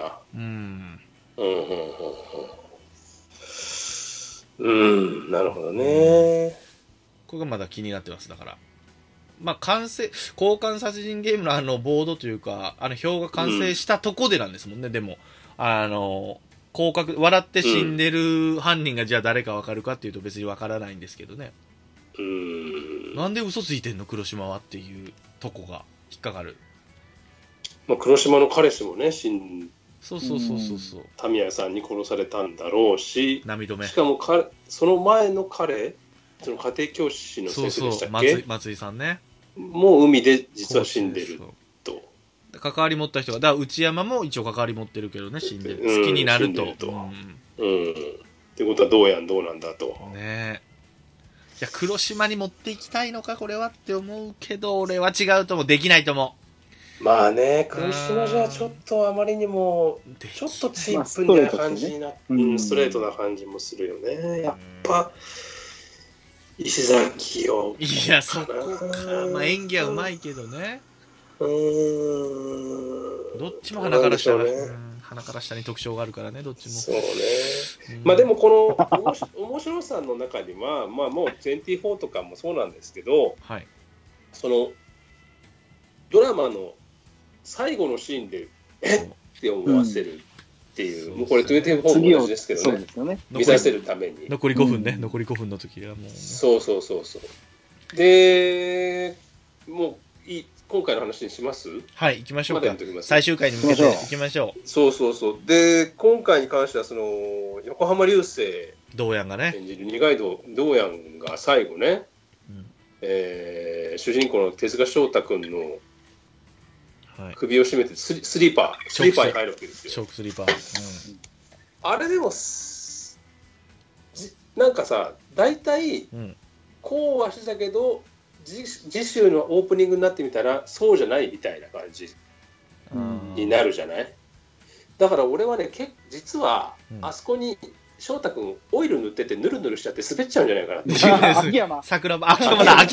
なるほどね。 これがまだ気になってます。だからまあ、交換殺人ゲームのボードというか表が完成したとこでなんですもんね。でも笑って死んでる犯人がじゃあ誰か分かるかっていうと別に分からないんですけどね。なんで嘘ついてんの黒島はっていうとこが引っかかる。 まあ、黒島の彼氏もねそうタミヤさんに殺されたんだろうし、 涙目。 しかもその前の彼、その家庭教師の先生でしたっけ、 松井さんね、 もう海で実は死んでると。 関わり持った人が、だから内山も一応関わり持ってるけどね、死んでる、好きになると。 ってことはどうなんだと。 ねえ。いや、黒島に持っていきたいのか、これはって思うけど、俺は違うと思う。できないと思う。まあね、黒島じゃちょっとあまりにも、ちょっとチープな感じになって、ストレートな感じもするよね。やっぱ、石崎を。 いや、そこか。まあ演技はうまいけどね。どっちも鼻から下に特徴があるからね、どっちも。 そうね。まあでもこの面白さの中には、まあもう24とかもそうなんですけど、 はい、 そのドラマの最後のシーンでって思わせるっていう、もうこれ24も同じですけどね、見させるために。 残り5分ね、残り5分の時はもう、ね。 そう。で、もう今回の話にします？ はい、行きましょうか。最終回に向けて行きましょう。 そう。で、今回に関してはその横浜流星道やんがね演じる二階堂道やんが最後ね、主人公の手塚翔太君の首を絞めてスリーパーに入るわけですよ。 ショックスリーパー。 あれでもなんかさ、大体こうはしてたけど。次週のオープニングになってみたらそうじゃないみたいな感じになるじゃない。だから俺はね、実はあそこに翔太君オイル塗っててヌルヌルしちゃって滑っちゃうんじゃないかなって。 秋山だ。はい。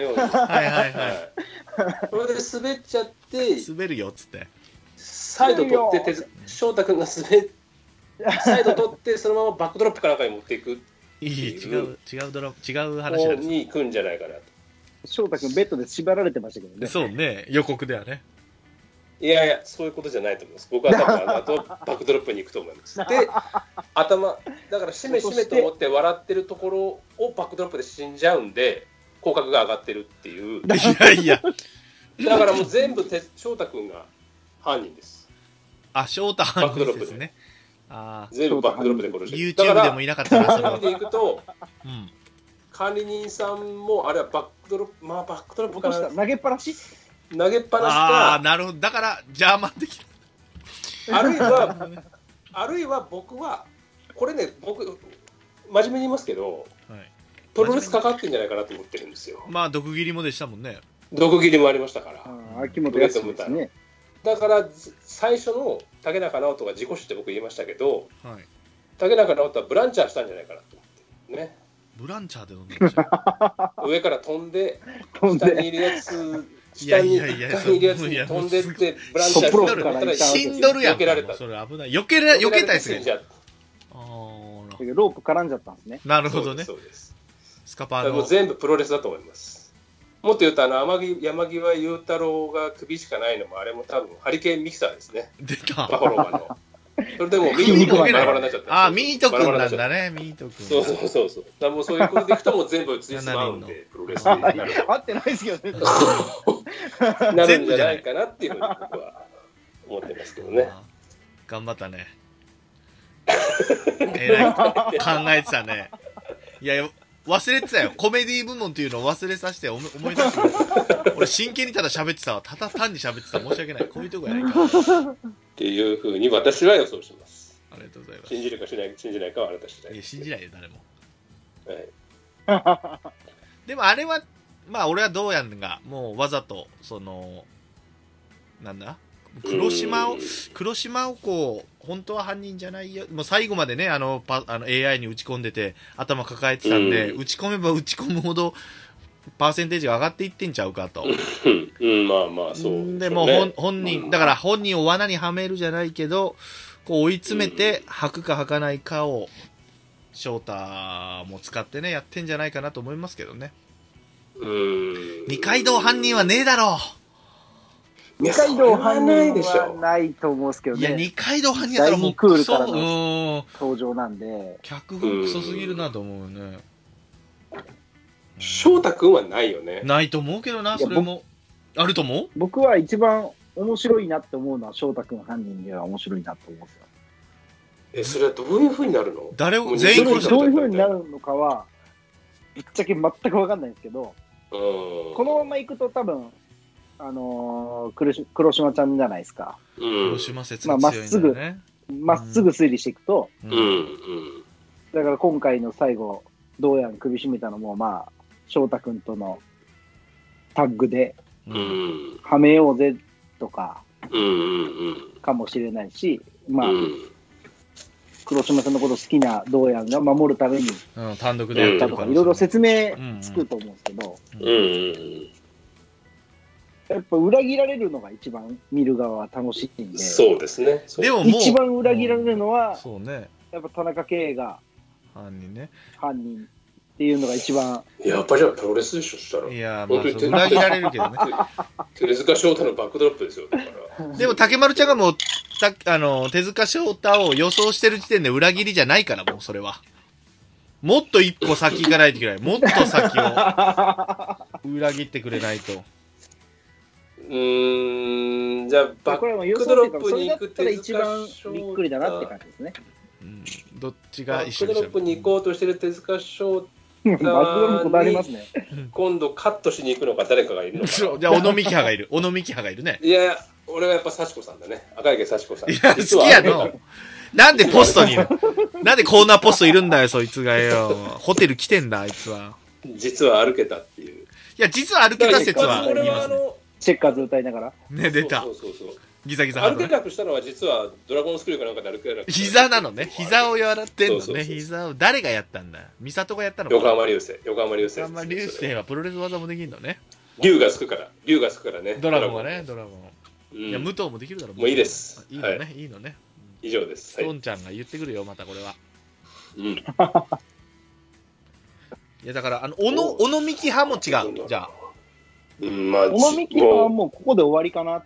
それで滑っちゃって滑るよっつってサイド取って翔太君がサイド取ってそのままバックドロップかなんかに持っていく。違う話に行くんじゃないかなと。 翔太君ベッドで縛られてましたけどね。 そうね、予告ではね。 いやそういうことじゃないと思います。僕は多分あとバックドロップに行くと思います。で、頭だからしめしめと思って笑ってるところをバックドロップで死んじゃうんで口角が上がってるっていう。 いやだからもう全部翔太君が犯人です。 翔太犯人ですね。 全部バックドロップで殺してる。 YouTube でもいなかったな。 そういう意味でいくと、管理人さんもあれはバックドロップ、バックドロップから投げっぱなしか。なるほど。だからジャーマン的な。あるいは僕はこれね、僕真面目に言いますけど、プロレスかかってんじゃないかなと思ってるんですよ。 毒斬りもでしたもんね。 毒斬りもありましたから。 秋元康ですね。 だから最初の竹中直人が自己主って僕言いましたけど、竹中直人はブランチャーしたんじゃないかなと思ってね。 ブランチャーで飲んで上から飛んで下にいるやつ飛んでってブランチャーして死んどるやん。避けられた。それ危ない。避けたいすね。 ロープ絡んじゃったんですね。 なるほどね。スカパーの全部プロレスだと思います。もっと言うと山際裕太郎が首しかないのもあれも多分ハリケーンミキサーですね。 出た。 バファローマンの。それでもミート君バラバラになっちゃった。 ミート君なんだね、ミート君。 そう。だもうそういうことでいくともう全部ついてしまうんで、プロレスになる。 合ってないですけどね。 なるんじゃないかなっていうふうに僕は思ってますけどね。 頑張ったね。えらい考えてたね。いや、忘れてたよ。コメディ部門っていうのを忘れさせて思い出して。俺真剣にただ喋ってたわ。ただ単に喋ってた。申し訳ない。こういうとこやないか。 っていうふうに私は予想します。 ありがとうございます。 信じるか信じないかはあなた次第。 いや、信じないよ、誰も。 はい。 でもあれは、俺はどうやんが、もうわざと、なんだ黒島をこう、本当は犯人じゃないよ。もう最後までね、AI に打ち込んでて、頭抱えてたんで、打ち込めば打ち込むほど、パーセンテージが上がっていってんちゃうかと。 まあそう。 でも本人、だから本人を罠にはめるじゃないけど、こう追い詰めて、吐くか吐かないかを、翔太も使ってね、やってんじゃないかなと思いますけどね。二階堂犯人はねえだろう。 二階堂犯人はないと思うんですけどね。 いや、二階堂犯人だったらもうクールからの登場なんで。 脚本クソすぎるなと思うよね。 翔太くんはないよね。 ないと思うけどな、それも。あると思う？ 僕は一番面白いなって思うのは翔太君犯人では面白いなと思うんですよ。 それはどういう風になるの？ 誰を全員殺したどういう風になるのかはぶっちゃけ全く分かんないんですけど、このまま行くと多分黒島ちゃんじゃないですか。 黒島説が強いんだよね。 まっすぐ推理していくと、だから今回の最後どうやん首絞めたのもまあ翔太君とのタッグではめようぜとかかもしれないし、まあ黒島さんのこと好きなどうやんが守るために単独でやったとかいろいろ説明つくと思うんですけど、やっぱ裏切られるのが一番見る側は楽しいんで。 そうですね。 でも一番裏切られるのは、 そうね、 やっぱ田中圭が犯人っていうのが一番。 やっぱりプロレスでしょ、したら。 いや、まあ、裏切られるけどね。 手塚翔太のバックドロップですよ、だから。 でも竹丸ちゃんがもう手塚翔太を予想してる時点で裏切りじゃないから、もうそれは。もっと一個先行かないといけない。もっと先を裏切ってくれないと。 じゃあバックドロップに行く手塚翔太、 びっくりだなって感じですね。 どっちが一緒バックドロップに行こうとしてる手塚翔太バックドロップこだわりますね。 今度カットしに行くのか誰かがいるのか。 じゃあ小野幹葉がいる。小野幹葉がいるね。 いや俺はやっぱ幸子さんだね。赤池幸子さん。 いや好きやの。なんでポストにいる？なんでコーナーポストいるんだよ、そいつがよ。ホテル来てんだ、あいつは。 実は歩けたっていう。 いや、実は歩けた説は言いますね。 チェッカーズ歌いながら。 ね、出た。 そうギザギザ。 歩けなくしたのは実はドラゴンスクールかなんかで歩けなくした。 膝なのね。膝をやらってんのね。膝を。誰がやったんだ？美里がやったのか。 横浜流星。横浜流星はプロレス技もできるのね。 竜がつくからね。 ドラゴンはね、ドラゴン。いや、武藤もできるだろう。 もういいです。 いいのね、いいのね。 以上です。 ストンちゃんが言ってくるよ、またこれは。いや、だから、小野幹葉も違う。じゃあ。 小野幹葉はもうここで終わりかなって。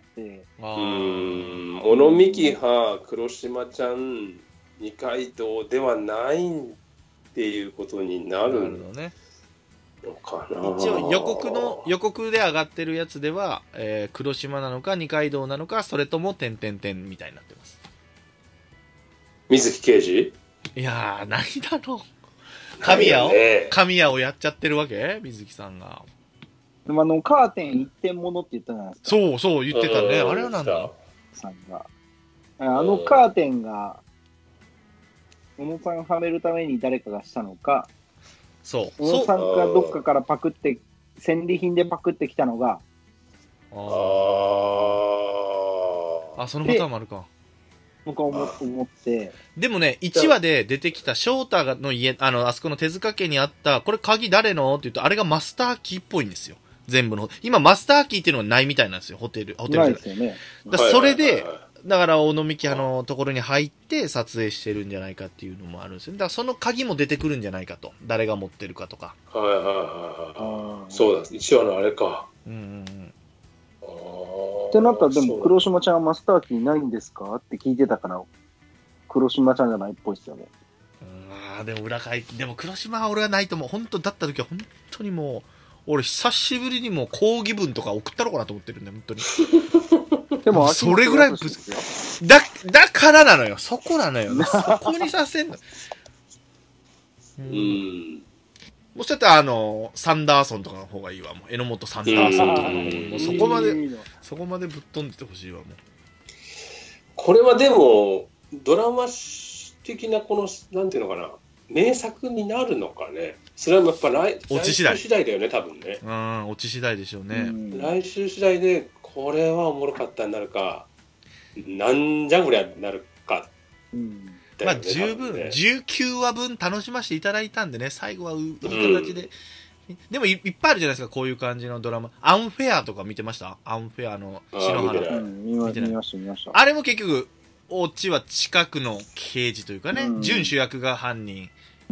小野幹葉、黒島ちゃん、二階堂ではないっていうことになるのね。かな。 一応予告で上がってるやつでは、黒島なのか二階堂なのか、それとも点々点みたいになってます。 水木刑事？ いやー、ないだろう。神谷をやっちゃってるわけ？水木さんが。 でもカーテン一点物って言ったじゃないですか。 そう言ってたね。あれはなんださんが。カーテンが、小野さんはめるために誰かがしたのか、小野さんがどっかからパクって、戦利品でパクってきたのが、 そのパターンもあるか。 僕は思って。 でもね、1話で出てきた翔太の家、あそこの手塚家にあった、これ鍵誰のって言うと、あれがマスターキーっぽいんですよ。全部の。今、マスターキーっていうのがないみたいなんですよ、ホテルないですよね。 それで、だから、小野幹葉のところに入って撮影してるんじゃないかっていうのもあるんですよ。だから、その鍵も出てくるんじゃないかと。誰が持ってるかとか。 そうだ、1話のあれか。 ってなったら、でも黒島ちゃんはマスターキーないんですかって聞いてたから、黒島ちゃんじゃないっぽいですよね。 でもでも黒島は俺はないと思う。本当だった時は本当にもう、俺久しぶりにもう抗議文とか送ったのかなと思ってるんだよ、本当に。でもそれぐらいだからなのよ。そこなのよ。そこにさせんの。もうちょっとサンダーソンとかの方がいいわ。もう榎本サンダーソンとかの方がもうそこまでぶっ飛んでてほしいわ。もうこれはでもドラマ的なこのなんていうのかな、名作になるのかね。それはやっぱ来週次第だよね、多分ね。 落ち次第でしょうね。 来週次第でこれはおもろかったになるか、なんじゃこりゃになるか。 まあ十分、19話分楽しませていただいたんでね、最後はいい形で。でもいっぱいあるじゃないですか、こういう感じのドラマ。アンフェアとか見てました？アンフェアの篠原。 見ました。 あれも結局、オチは近くの刑事というかね、準主役が犯人。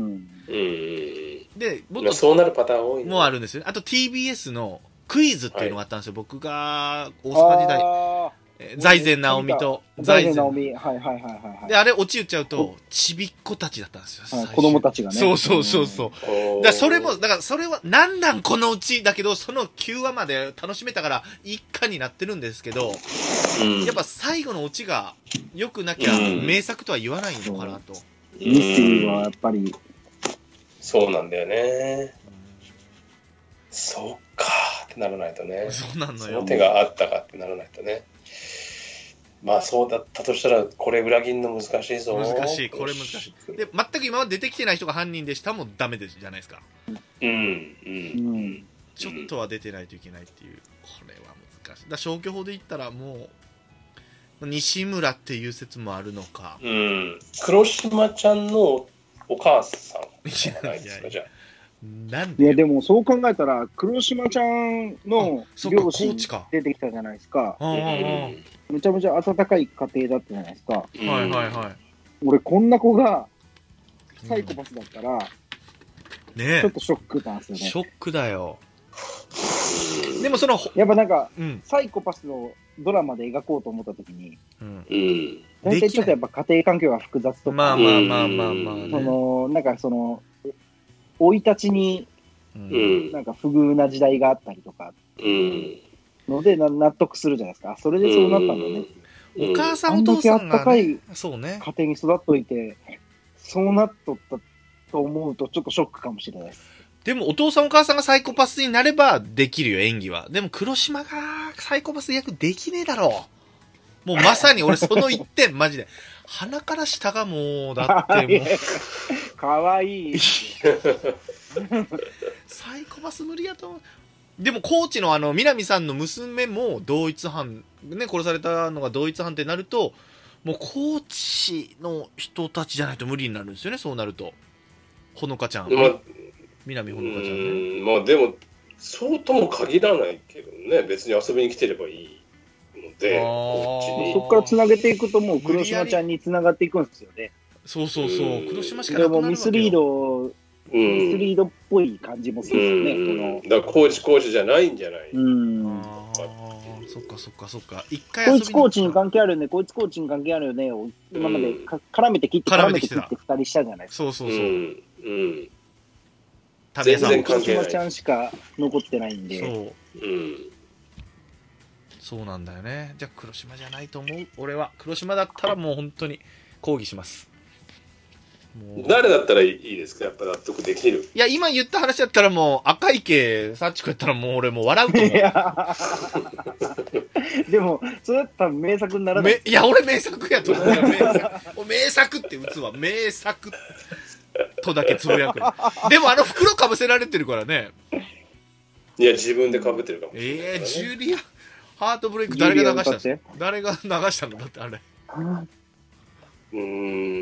で、もっとそうなるパターン多いもあるんですよ。あと TBS のクイズっていうのがあったんですよ。僕が大阪時代。財前直美と財前直美、はい。 で、あれ落ち打っちゃうと、ちびっ子たちだったんですよ。 子供たちがね。 そう。だからそれは、なんなんこのうちだけど、その9話まで楽しめたから、一巻になってるんですけど、 やっぱ最後のオチが良くなきゃ名作とは言わないのかなと。 ミステリーはやっぱりそうなんだよね。そうかってならないとね。 そうなのよ。 その手があったかってならないとね。まあそうだったとしたらこれ裏切るの難しいぞ。 難しい、これ難しい。で全く今まで出てきてない人が犯人でしたもダメですじゃないですか。ちょっとは出てないといけないっていう、これは難しい。だ消去法で言ったらもう西村っていう説もあるのか。 黒島ちゃんのお母さんじゃないですか。じゃあなんで。いやでもそう考えたら黒島ちゃんの両親出てきたじゃないですか。めちゃめちゃ温かい家庭だったじゃないですか。俺こんな子がサイコパスだったら、ちょっとショックなんですよね。 ショックだよ。でもそのやっぱなんか、サイコパスをドラマで描こうと思ったときに、大体ちょっとやっぱ家庭環境が複雑とか、なんかその生い立ちになんか不遇な時代があったりとかので納得するじゃないですか。それでそうなったんだね。 お母さんお父さんが、 あんだけあったかい家庭に育っといて、そうなっとったと思うとちょっとショックかもしれないです。 でもお父さんお母さんがサイコパスになればできるよ、演技は。でも黒島がサイコパス役できねえだろう。もうまさに俺その一点マジで鼻から下がもうだってもうかわいいサイコパス無理やと思う。でもコーチの南さんの娘も同一犯ね、殺されたのが同一犯ってなるともうコーチの人たちじゃないと無理になるんですよね。そうなるとほのかちゃん、南ほのかちゃんね。 まあでもそうとも限らないけどね。別に遊びに来てればいいので、 そこからつなげていくともう黒島ちゃんにつながっていくんですよね。 そう黒島しかなくなるわけよ。でもミスリードっぽい感じもするんですよね。 だからコーチじゃないんじゃない。 そっか。 一回こいつコーチに関係あるよね、こいつコーチに関係あるよねを今まで絡めて切って2人したじゃないですか。 そう。 全然関係ない。 黒島ちゃんしか残ってないんで。 そうなんだよね。じゃあ黒島じゃないと思う。俺は黒島だったらもう本当に抗議します。 誰だったらいいですか。やっぱ納得できる。 いや今言った話だったらもう赤池幸子やったらもう俺もう笑うと思う。 でもそれだったら名作にならない。 いや俺名作やと思うよ。名作って打つわ。名作とだけつぶやく。でも袋かぶせられてるからね。 いや自分でかぶってるかもしれない、 ジュリアハートブレイク誰が流したの？誰が流したのだってあれ。 どう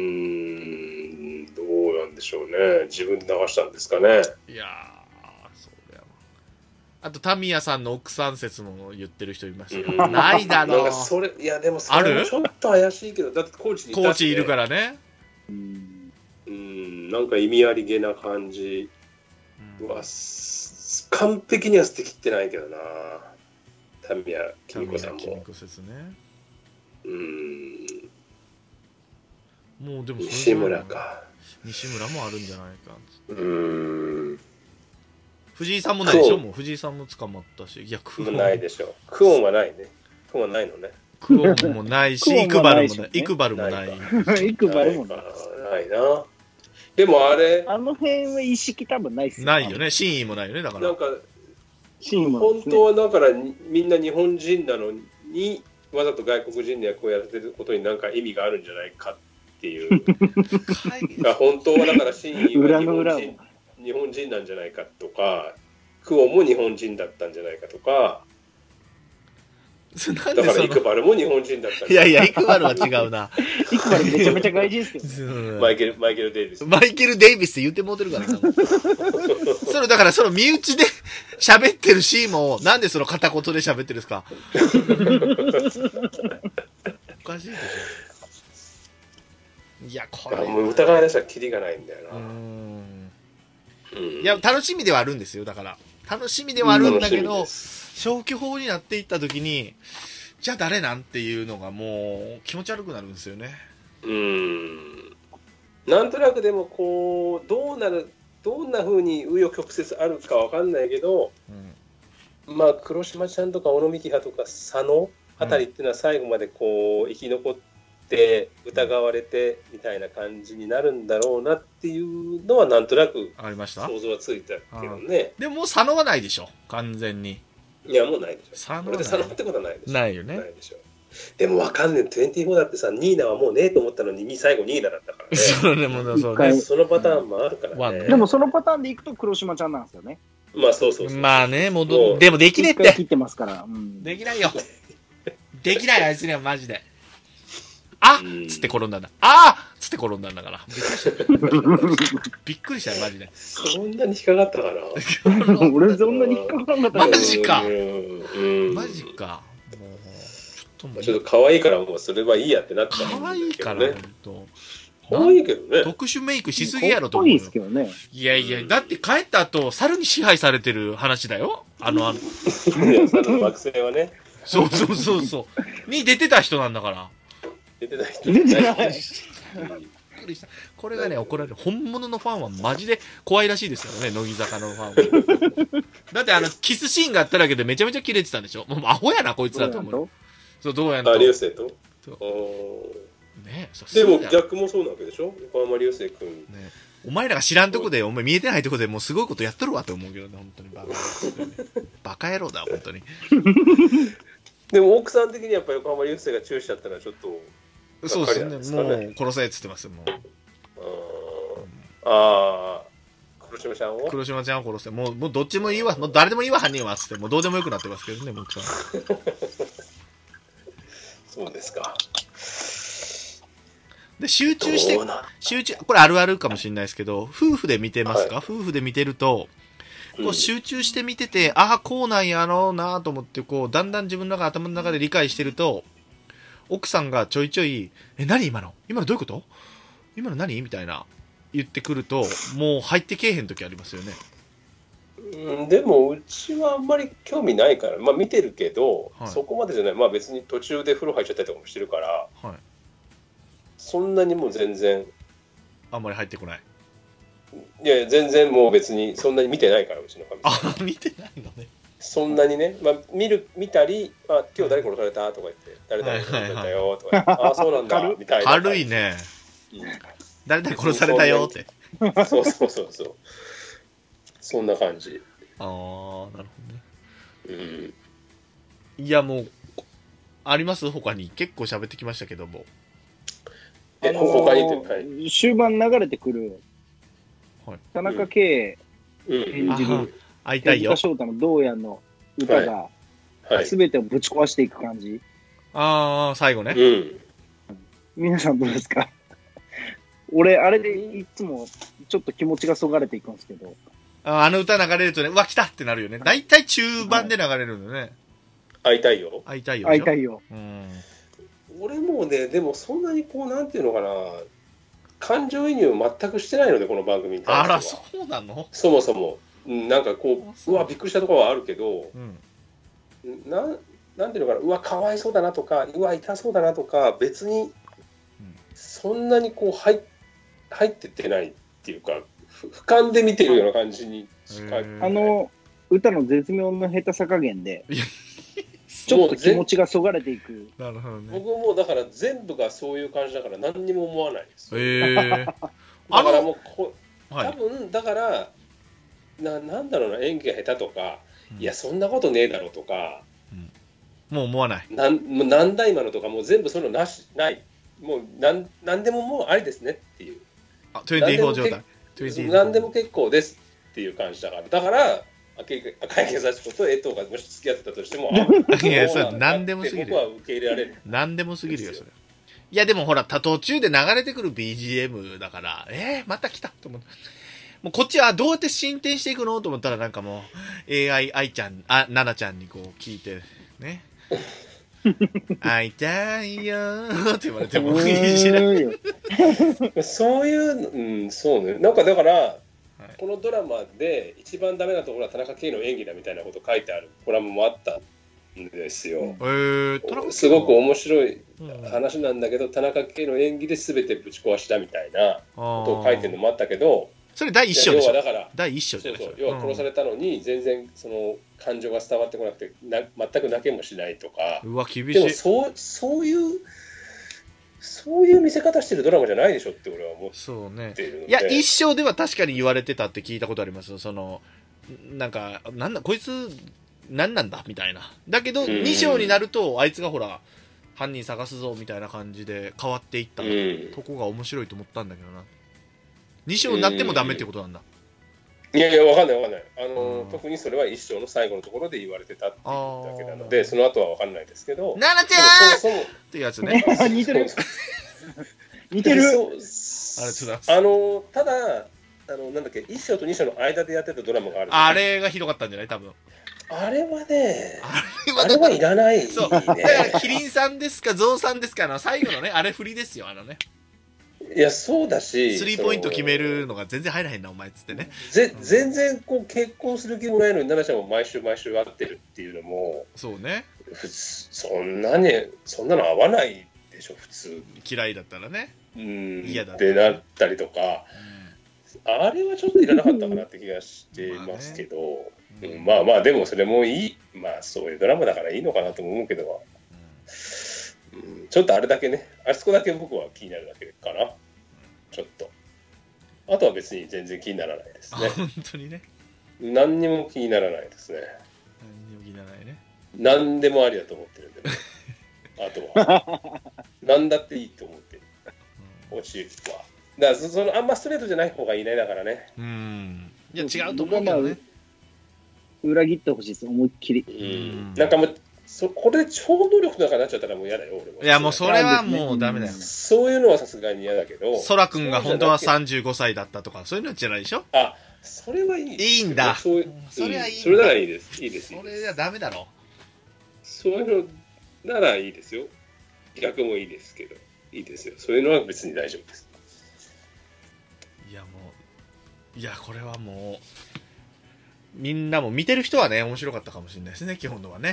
なんでしょうね。自分で流したんですかね。いやそうだよ。あとタミヤさんの奥さん説も言ってる人いましたけど、ないだろう。 なんかそれいやでもそれもちょっと怪しいけど、だってコーチにいたし、ね、 コーチいるからね。 なんか意味ありげな感じは、完璧には捨てきってないけどな。タミヤキミコさんも。キミコ説ね。 もうでも西村か。 西村もあるんじゃないか。藤井さんもないでしょ。もう藤井さんも捕まったし。いやクオンないでしょ。クオンはないね。クオンはないのね。 クオンもないし、イクバルもない。イクバルもない。 イクバルもないな。でもあの辺は意識多分ないっすよ。 ないよね。真意もないよね。だから。 なんか本当はだからみんな日本人なのにわざと外国人の役をやってることに何か意味があるんじゃないかっていう。本当はだから真意は日本人なんじゃないかとか、クオンも日本人だったんじゃないかとか。だからイクバルも日本人だった。 いやイクバルは違うな。 イクバルめちゃめちゃ外人ですけど、ね。 マイケル・デイビス。 マイケル・デイビスって言ってもうてるからな。それだからその身内で喋ってるシーンもなんでその片言で喋ってるんですか。おかしいでしょ。いやこれもう疑い出したらキリがないんだよな。 いや楽しみではあるんですよ。だから楽しみではあるんだけど。消去法になっていった時にじゃあ誰なんっていうのがもう気持ち悪くなるんですよね。 なんとなくでもこうどんな風に紆余曲折あるかわかんないけど、まあ黒島ちゃんとか小野幹葉とか佐野あたりっていうのは最後までこう生き残って疑われてみたいな感じになるんだろうなっていうのはなんとなく想像はついたけどね。 でももう佐野はないでしょ完全に。 いやもうないでしょ。 これで佐野ってことはないでしょ。 ないよね。 ないでしょ。でもわかんねえ、24だってさ、ニーナはもうねえと思ったのに、最後ニーナだったからね。 そうね、もうそうね。 そのパターンもあるからね。 でもそのパターンでいくと黒島ちゃんなんですよね。 まあそうそうそう。 まあね、でもできねえって。 切ってますから。 できないよ。できないあいつにはマジで。あっつって転んだんだ。あっつって転んだんだから。びっくりしたよ、マジで。 そんなに引っかかったかな。 俺そんなに引っかからなかった。 マジか。マジか。 ちょっと可愛いからもうそれはいいやってなっちゃう。 可愛いから本当。 可愛いけどね。 特殊メイクしすぎやろと思うよ。いやいや、だって帰った後猿に支配されてる話だよ。いや猿の惑星はね。 そうに出てた人なんだから。 出てない。 これがね怒られる。本物のファンはマジで怖いらしいですからね、乃木坂のファンは。だってキスシーンがあっただけでめちゃめちゃキレてたんでしょ。もうアホやなこいつだと思う。そうどうやんと。 流星と。 ね、 でも逆もそうなわけでしょ。横浜流星君。 ね、お前らが知らんとこで、お前見えてないとこでもうすごいことやっとるわと思うけどね、本当にバカ野郎だ本当に。 でも奥さん的にやっぱ横浜流星が注意しちゃったらちょっと。 そうですね。もう殺せっつってますよもう。 ああ。黒島ちゃんを殺せ。もうどっちもいいわ。もう誰でもいいわ犯人はっつってもうどうでもよくなってますけどね、もう奥さん。 そうですか。 で集中これあるあるかもしれないですけど、夫婦で見てますか？はい、夫婦で見てるとこう集中して見てて、ああこうなんやろうなと思ってこうだんだん自分の頭の中で理解してると、奥さんがちょいちょい何今のどういうこと？今の何みたいな言ってくるともう入ってけえへん時ありますよね。 でもうちはあんまり興味ないから、まあ見てるけど、はい、そこまでじゃない。まあ別に途中で風呂入っちゃったりとかもしてるから、はい、そんなにもう全然あんまり入ってこない。 いや全然もう別にそんなに見てないから、うちの神様。あ、見てないのね。 そんなにね、まあ見たり、今日誰殺されたとか言って誰々殺されたよとか言って、ああそうなんだみたいな。 軽いね。誰々殺されたよって。 そう。そんな感じ。 ああ、なるほどね。いやもうあります他に。結構喋ってきましたけども。 他に終盤流れてくる、田中圭演じる会いたいよ。 翔太のどうやんの歌が全てをぶち壊していく感じ。 ああ最後ね。 皆さんどうですか？俺あれでいつもちょっと気持ちがそがれていくんですけど。 あの歌流れるとね、うわ来たってなるよね。だいたい中盤で流れるんだよね。 会いたいよ。 会いたいよ。 会いたいよ。 俺もね、でもそんなにこうなんていうのかな、感情移入全くしてないのでこの番組に対しては。 あらそうなの？ そもそもなんかこうわびっくりしたところはあるけど、なんていうのかな、うわかわいそうだなとか、うわ痛そうだなとか別にそんなにこう入ってってないっていうか。俯瞰で見てるような感じに近い。 歌の絶妙な下手さ加減でちょっと気持ちがそがれていく。 なるほどね。 僕もだから全部がそういう感じだから何にも思わないです。だからもう多分だからなんだろうな、演技が下手とか、いやそんなことねえだろとか、 もう思わない。 なんだ今のとかもう全部そういうのない。もうなんでももうありですねっていう。 24状態。 何でも結構ですっていう感じだから。だから赤池幸子と江藤がもし付き合ってたとしても、 いやそれ何でもすぎる。 僕は受け入れられる。 何でもすぎるよそれ。いやでもほら途中で流れてくる BGM だからまた来たと思って。もうこっちはどうやって進展していくのと思ったらなんかもう AI 愛ちゃん奈々ちゃんにこう聞いてね。会いたいよーって言われてもいいしないよ。 そういう、そうね。なんかだから、このドラマで一番ダメなところは田中圭の演技だみたいなこと書いてあるコラムもあったんですよ。すごく面白い話なんだけど、田中圭の演技で全てぶち壊したみたいなことを書いてるのもあったけど、 それ第一章でしょ。 要はだから第一章じゃない。 そう要は殺されたのに全然その感情が伝わってこなくて全く泣けもしないとか。 うわ厳しい。 でもそういう見せ方してるドラマじゃないでしょって俺は思ってるので。 そうね。いや一章では確かに言われてたって聞いたことあります。そのなんかなんだこいつ何なんだみたいな。だけど2章になるとあいつがほら犯人探すぞみたいな感じで変わっていったとこが面白いと思ったんだけどな。2章になってもダメってことなんだ。 いやいやわかんない。特にそれは1章の最後のところで言われてたっていうだけなのでその後はわかんないですけど。 ななちゃんってやつね。 似てる。似てる。 ありがとうございます。 ただなんだっけ1章と2章の間でやってたドラマがある。 あれがひどかったんじゃない多分。 あれはね、あれはいらない、ね。そう。だからキリンさんですかゾウさんですか最後のねあれ振りですよね。 いやそうだし。 スリーポイント決めるのが全然入らへんなお前っつってね。 全然こう結婚する気もないのに奈々ちゃんも毎週会ってるっていうのも。 そうね。 そんなの合わないでしょ普通。 嫌いだったらね。嫌だってなったりとか。あれはちょっといらなかったかなって気がしてますけど。まあまあでもそれもいい、まあそういうドラマだからいいのかなと思うけど、ちょっとあれだけね、あそこだけ僕は気になるだけかな、ちょっと。あとは別に全然気にならないですね。 本当にね。 何にも気にならないですね。 何にも気にならないね。 何でもありだと思ってるんで、ね、あとは何だっていいと思ってる。オチは。だからそのあんまストレートじゃない方がいいねだからね。 いや違うと思うけどね。 裏切ってほしいです思いっきり。 なんかもうこれで超能力とかになっちゃったらもう嫌だよ俺も。 いやもうそれはもうダメだよ。 そういうのはさすがに嫌だけど。 ソラ君が本当は35歳だったとかそういうのじゃないでしょ。 あ、それはいい。 いいんだ。それはいい。 それならいいです。いいです。 それじゃダメだろ。 そういうのならいいですよ。逆もいいですけどいいですよ。そういうのは別に大丈夫です。 いやこれはもう。みんなも見てる人はね面白かったかもしれないですね基本のはね、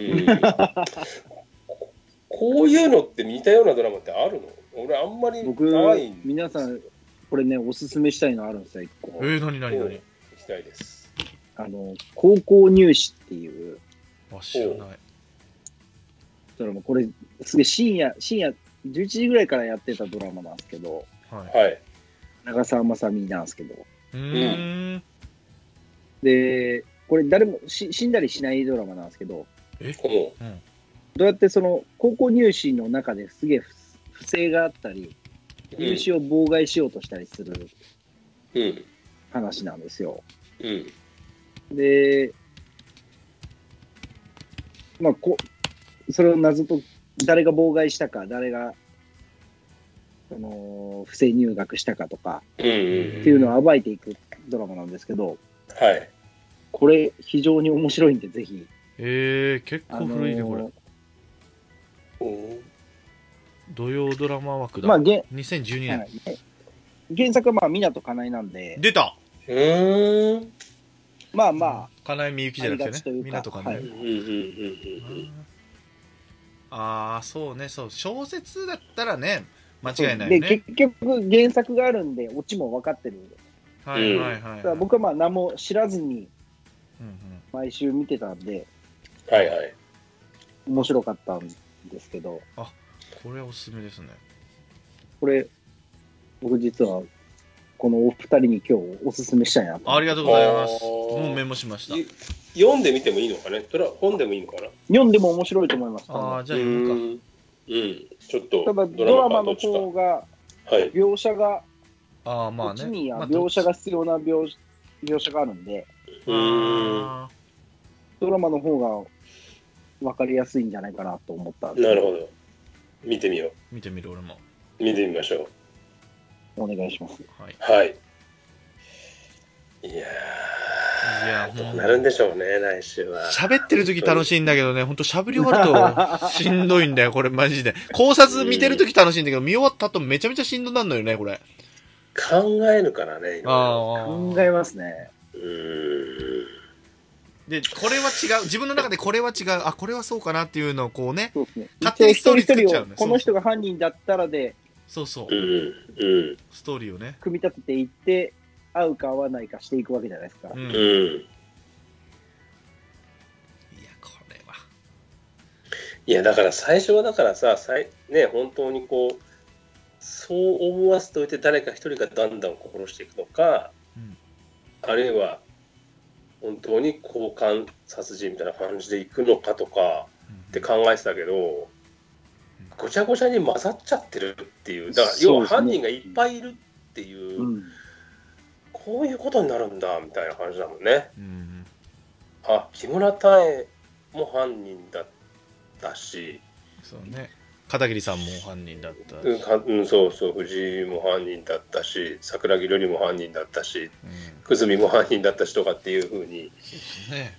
こういうのって似たようなドラマってあるの？俺あんまりないんです。 皆さんこれねおすすめしたいのあるんですよ1個。 何聞きたいです。 高校入試っていう知らないドラマ。これすげえ深夜11時ぐらいからやってたドラマなんですけど、 はい、 長澤まさみなんですけど、で、これ誰も死んだりしないドラマなんですけど、どうやってその高校入試の中ですげえ不正があったり、入試を妨害しようとしたりする話なんですよ。で、まあそれを謎と誰が妨害したか、誰が不正入学したかとかっていうのを暴いていくドラマなんですけど、これ非常に面白いんでぜひ。 結構古いねこれ。土曜ドラマ枠だ。2012年。 原作はまあ湊かなえなんで。 出た。 まあまあ。 かなえみゆきじゃなくてね。湊かなえ。そうねそう小説だったらね間違いないね。 で結局原作があるんでオチも分かってるんで。僕はまあ何も知らずに毎週見てたんで、面白かったんですけど。 これおすすめですね。 これ僕実はこのお二人に今日おすすめしたいなと。 ありがとうございます。もうメモしました。 読んでみてもいいのかね。本でもいいのかな。 読んでも面白いと思います。 じゃあ読むか。 ちょっとただドラマの方が描写がまあね。 描写が必要な描写があるんで、ドラマの方が分かりやすいんじゃないかなと思ったんで。 なるほど。見てみよう。 見てみる俺も。 見てみましょう。お願いします。 はい。いやどうなるんでしょうね来週は。 喋ってる時楽しいんだけどね、本当喋り終わるとしんどいんだよこれマジで。考察見てる時楽しいんだけど、見終わった後めちゃめちゃしんどなんのよねこれ。 考えるからね。 考えますね。 でこれは違う、自分の中でこれは違う、これはそうかなっていうのをこうね、 勝手にストーリー作っちゃうね。この人が犯人だったらで、 ストーリーをね組み立てていって合うか合わないかしていくわけじゃないですか。 うん。 いやこれはいやだから最初はだからさ、ね、本当にこうそう思わせておいて誰か一人がだんだん殺していくのか、あるいは本当に交換殺人みたいな感じでいくのかとかって考えてたけど、ごちゃごちゃに混ざっちゃってるっていう、だから要は犯人がいっぱいいるっていう、こういうことになるんだみたいな感じだもんね。あ、木村多江も犯人だったし、 そうね、片桐さんも犯人だったし、 そうそう、藤井も犯人だったし、桜木瑠璃も犯人だったし、久住も犯人だったしとかっていう風に、 ね、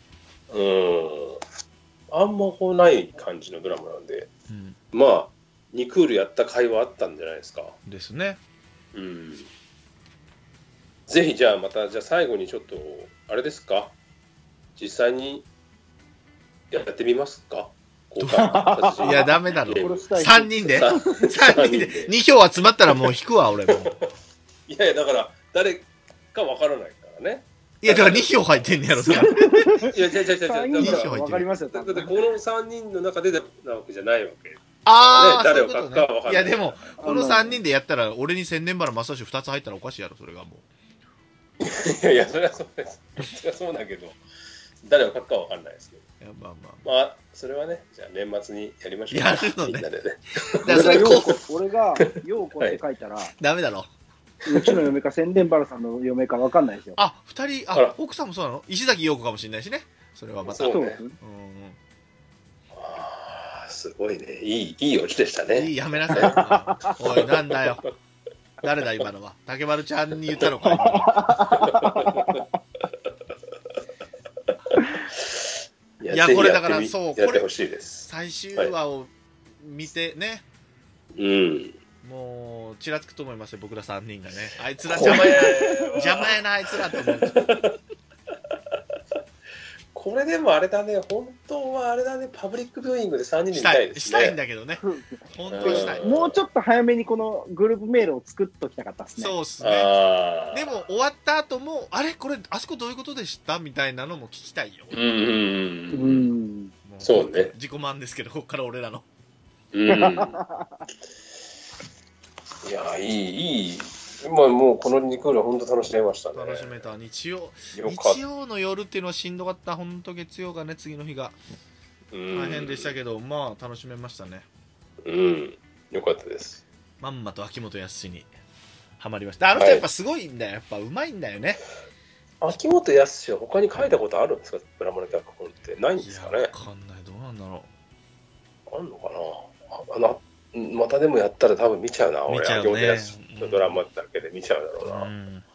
あんまこうない感じのドラマなんで、まあ2クールやった回はあったんじゃないですか。 ですね。 ぜひじゃあまた最後にちょっとあれですか、実際にやってみますか。 いやダメだろ。3人で2票集まったらもう引くわ俺も。 いやいやだから誰かわからないからね。 いやだから2票入ってんねやろ。いやわかりますよ。 だってこの3人の中でなわけじゃないわけ。 ああ、 誰を書くかは分からない。 いやでもこの3人でやったら俺に千年原正義2つ入ったらおかしいやろそれがもう。いやそれはそうです。それはそうだけど誰を書くかは分からないですけど。まあそれはね、じゃあ年末にやりましょう。 やるのね。 俺が陽子って書いたらダメだろ。 うちの嫁か千年原さんの嫁か分かんないですよ。 あ、2人、奥さんもそうなの？石崎陽子かもしれないしね。それはまた。 そうね。すごいね。いいオチでしたね。 やめなさい。おい、なんだよ。誰だ今のは。竹丸ちゃんに言ったのか。いやこれだからそうこれ最終話を見てね。もうちらつくと思いますよ僕ら3人がね。あいつら邪魔やなあいつらと思う。 これでもあれだね、本当はあれだね、パブリックビューイングで3人で見たいですね。 したいんだけどね。本当にしたい。 もうちょっと早めにこのグループメールを作っときたかったですね。 そうですね。でも終わった後もあれこれあそこどういうことでしたみたいなのも聞きたいよ。 そうね。 自己満ですけどここから俺らの。 いやいい。まあもうこの2クールは本当楽しめましたね。 楽しめた。日曜の夜っていうのはしんどかった。本当月曜がね次の日が大変でしたけど、まあ楽しめましたね。 よかったです。 まんまと秋元康にハマりました。あの人やっぱすごいんだよ。やっぱうまいんだよね。 秋元康は他に書いたことあるんですか？ドラマの脚本ってないんですかね。 わかんない。どうなんだろう。あんのかな。またでもやったら多分見ちゃうな。 見ちゃうね。 俺ドラマだけで見ちゃうだろうな。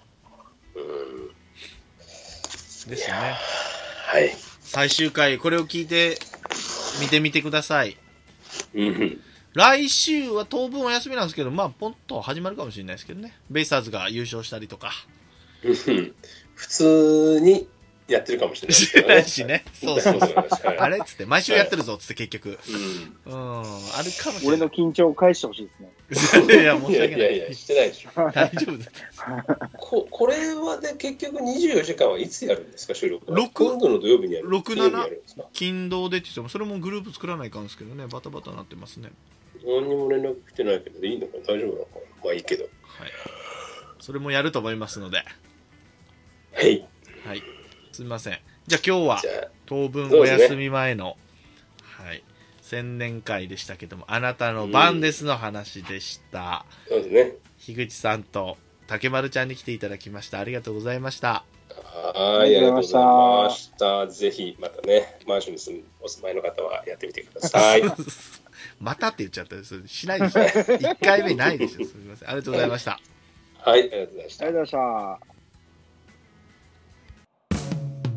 ですね。 はい。 最終回これを聞いて見てみてください。来週は当分お休みなんですけど、まあポンと始まるかもしれないですけどね。ベイスターズが優勝したりとか。 普通にやってるかもしれないですけどね。 しね。そうあれっつって毎週やってるぞっつって結局。あるかもしれない。 俺の緊張を返してほしいですね。いや申し訳ない。いやしてないでしょ。 大丈夫です。 これはで結局24時間はいつやるんですか収録？ 今度の土曜日にやる。 6、7金土でって言ってもそれもグループ作らないかんですけどね。バタバタなってますね。 何にも連絡来てないけどいいのか大丈夫なのかまあいいけど。はい。 それもやると思いますので。 はい。 はい。すみません。じゃあ今日は当分お休み前の、はい、千年会でしたけども、あなたの番ですの話でした。 そうですね。 樋口さんと竹丸ちゃんに来ていただきました。ありがとうございました。 はい、ありがとうございました。ぜひまたね、マンションにお住まいの方はやってみてください。 またって言っちゃったです。しないでしょ。1回目ないでしょ。すみません。ありがとうございました。 はい、ありがとうございました。 ありがとうございました。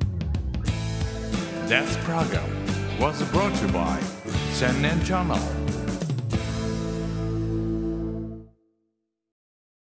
This program was brought to you by Sennen Channel.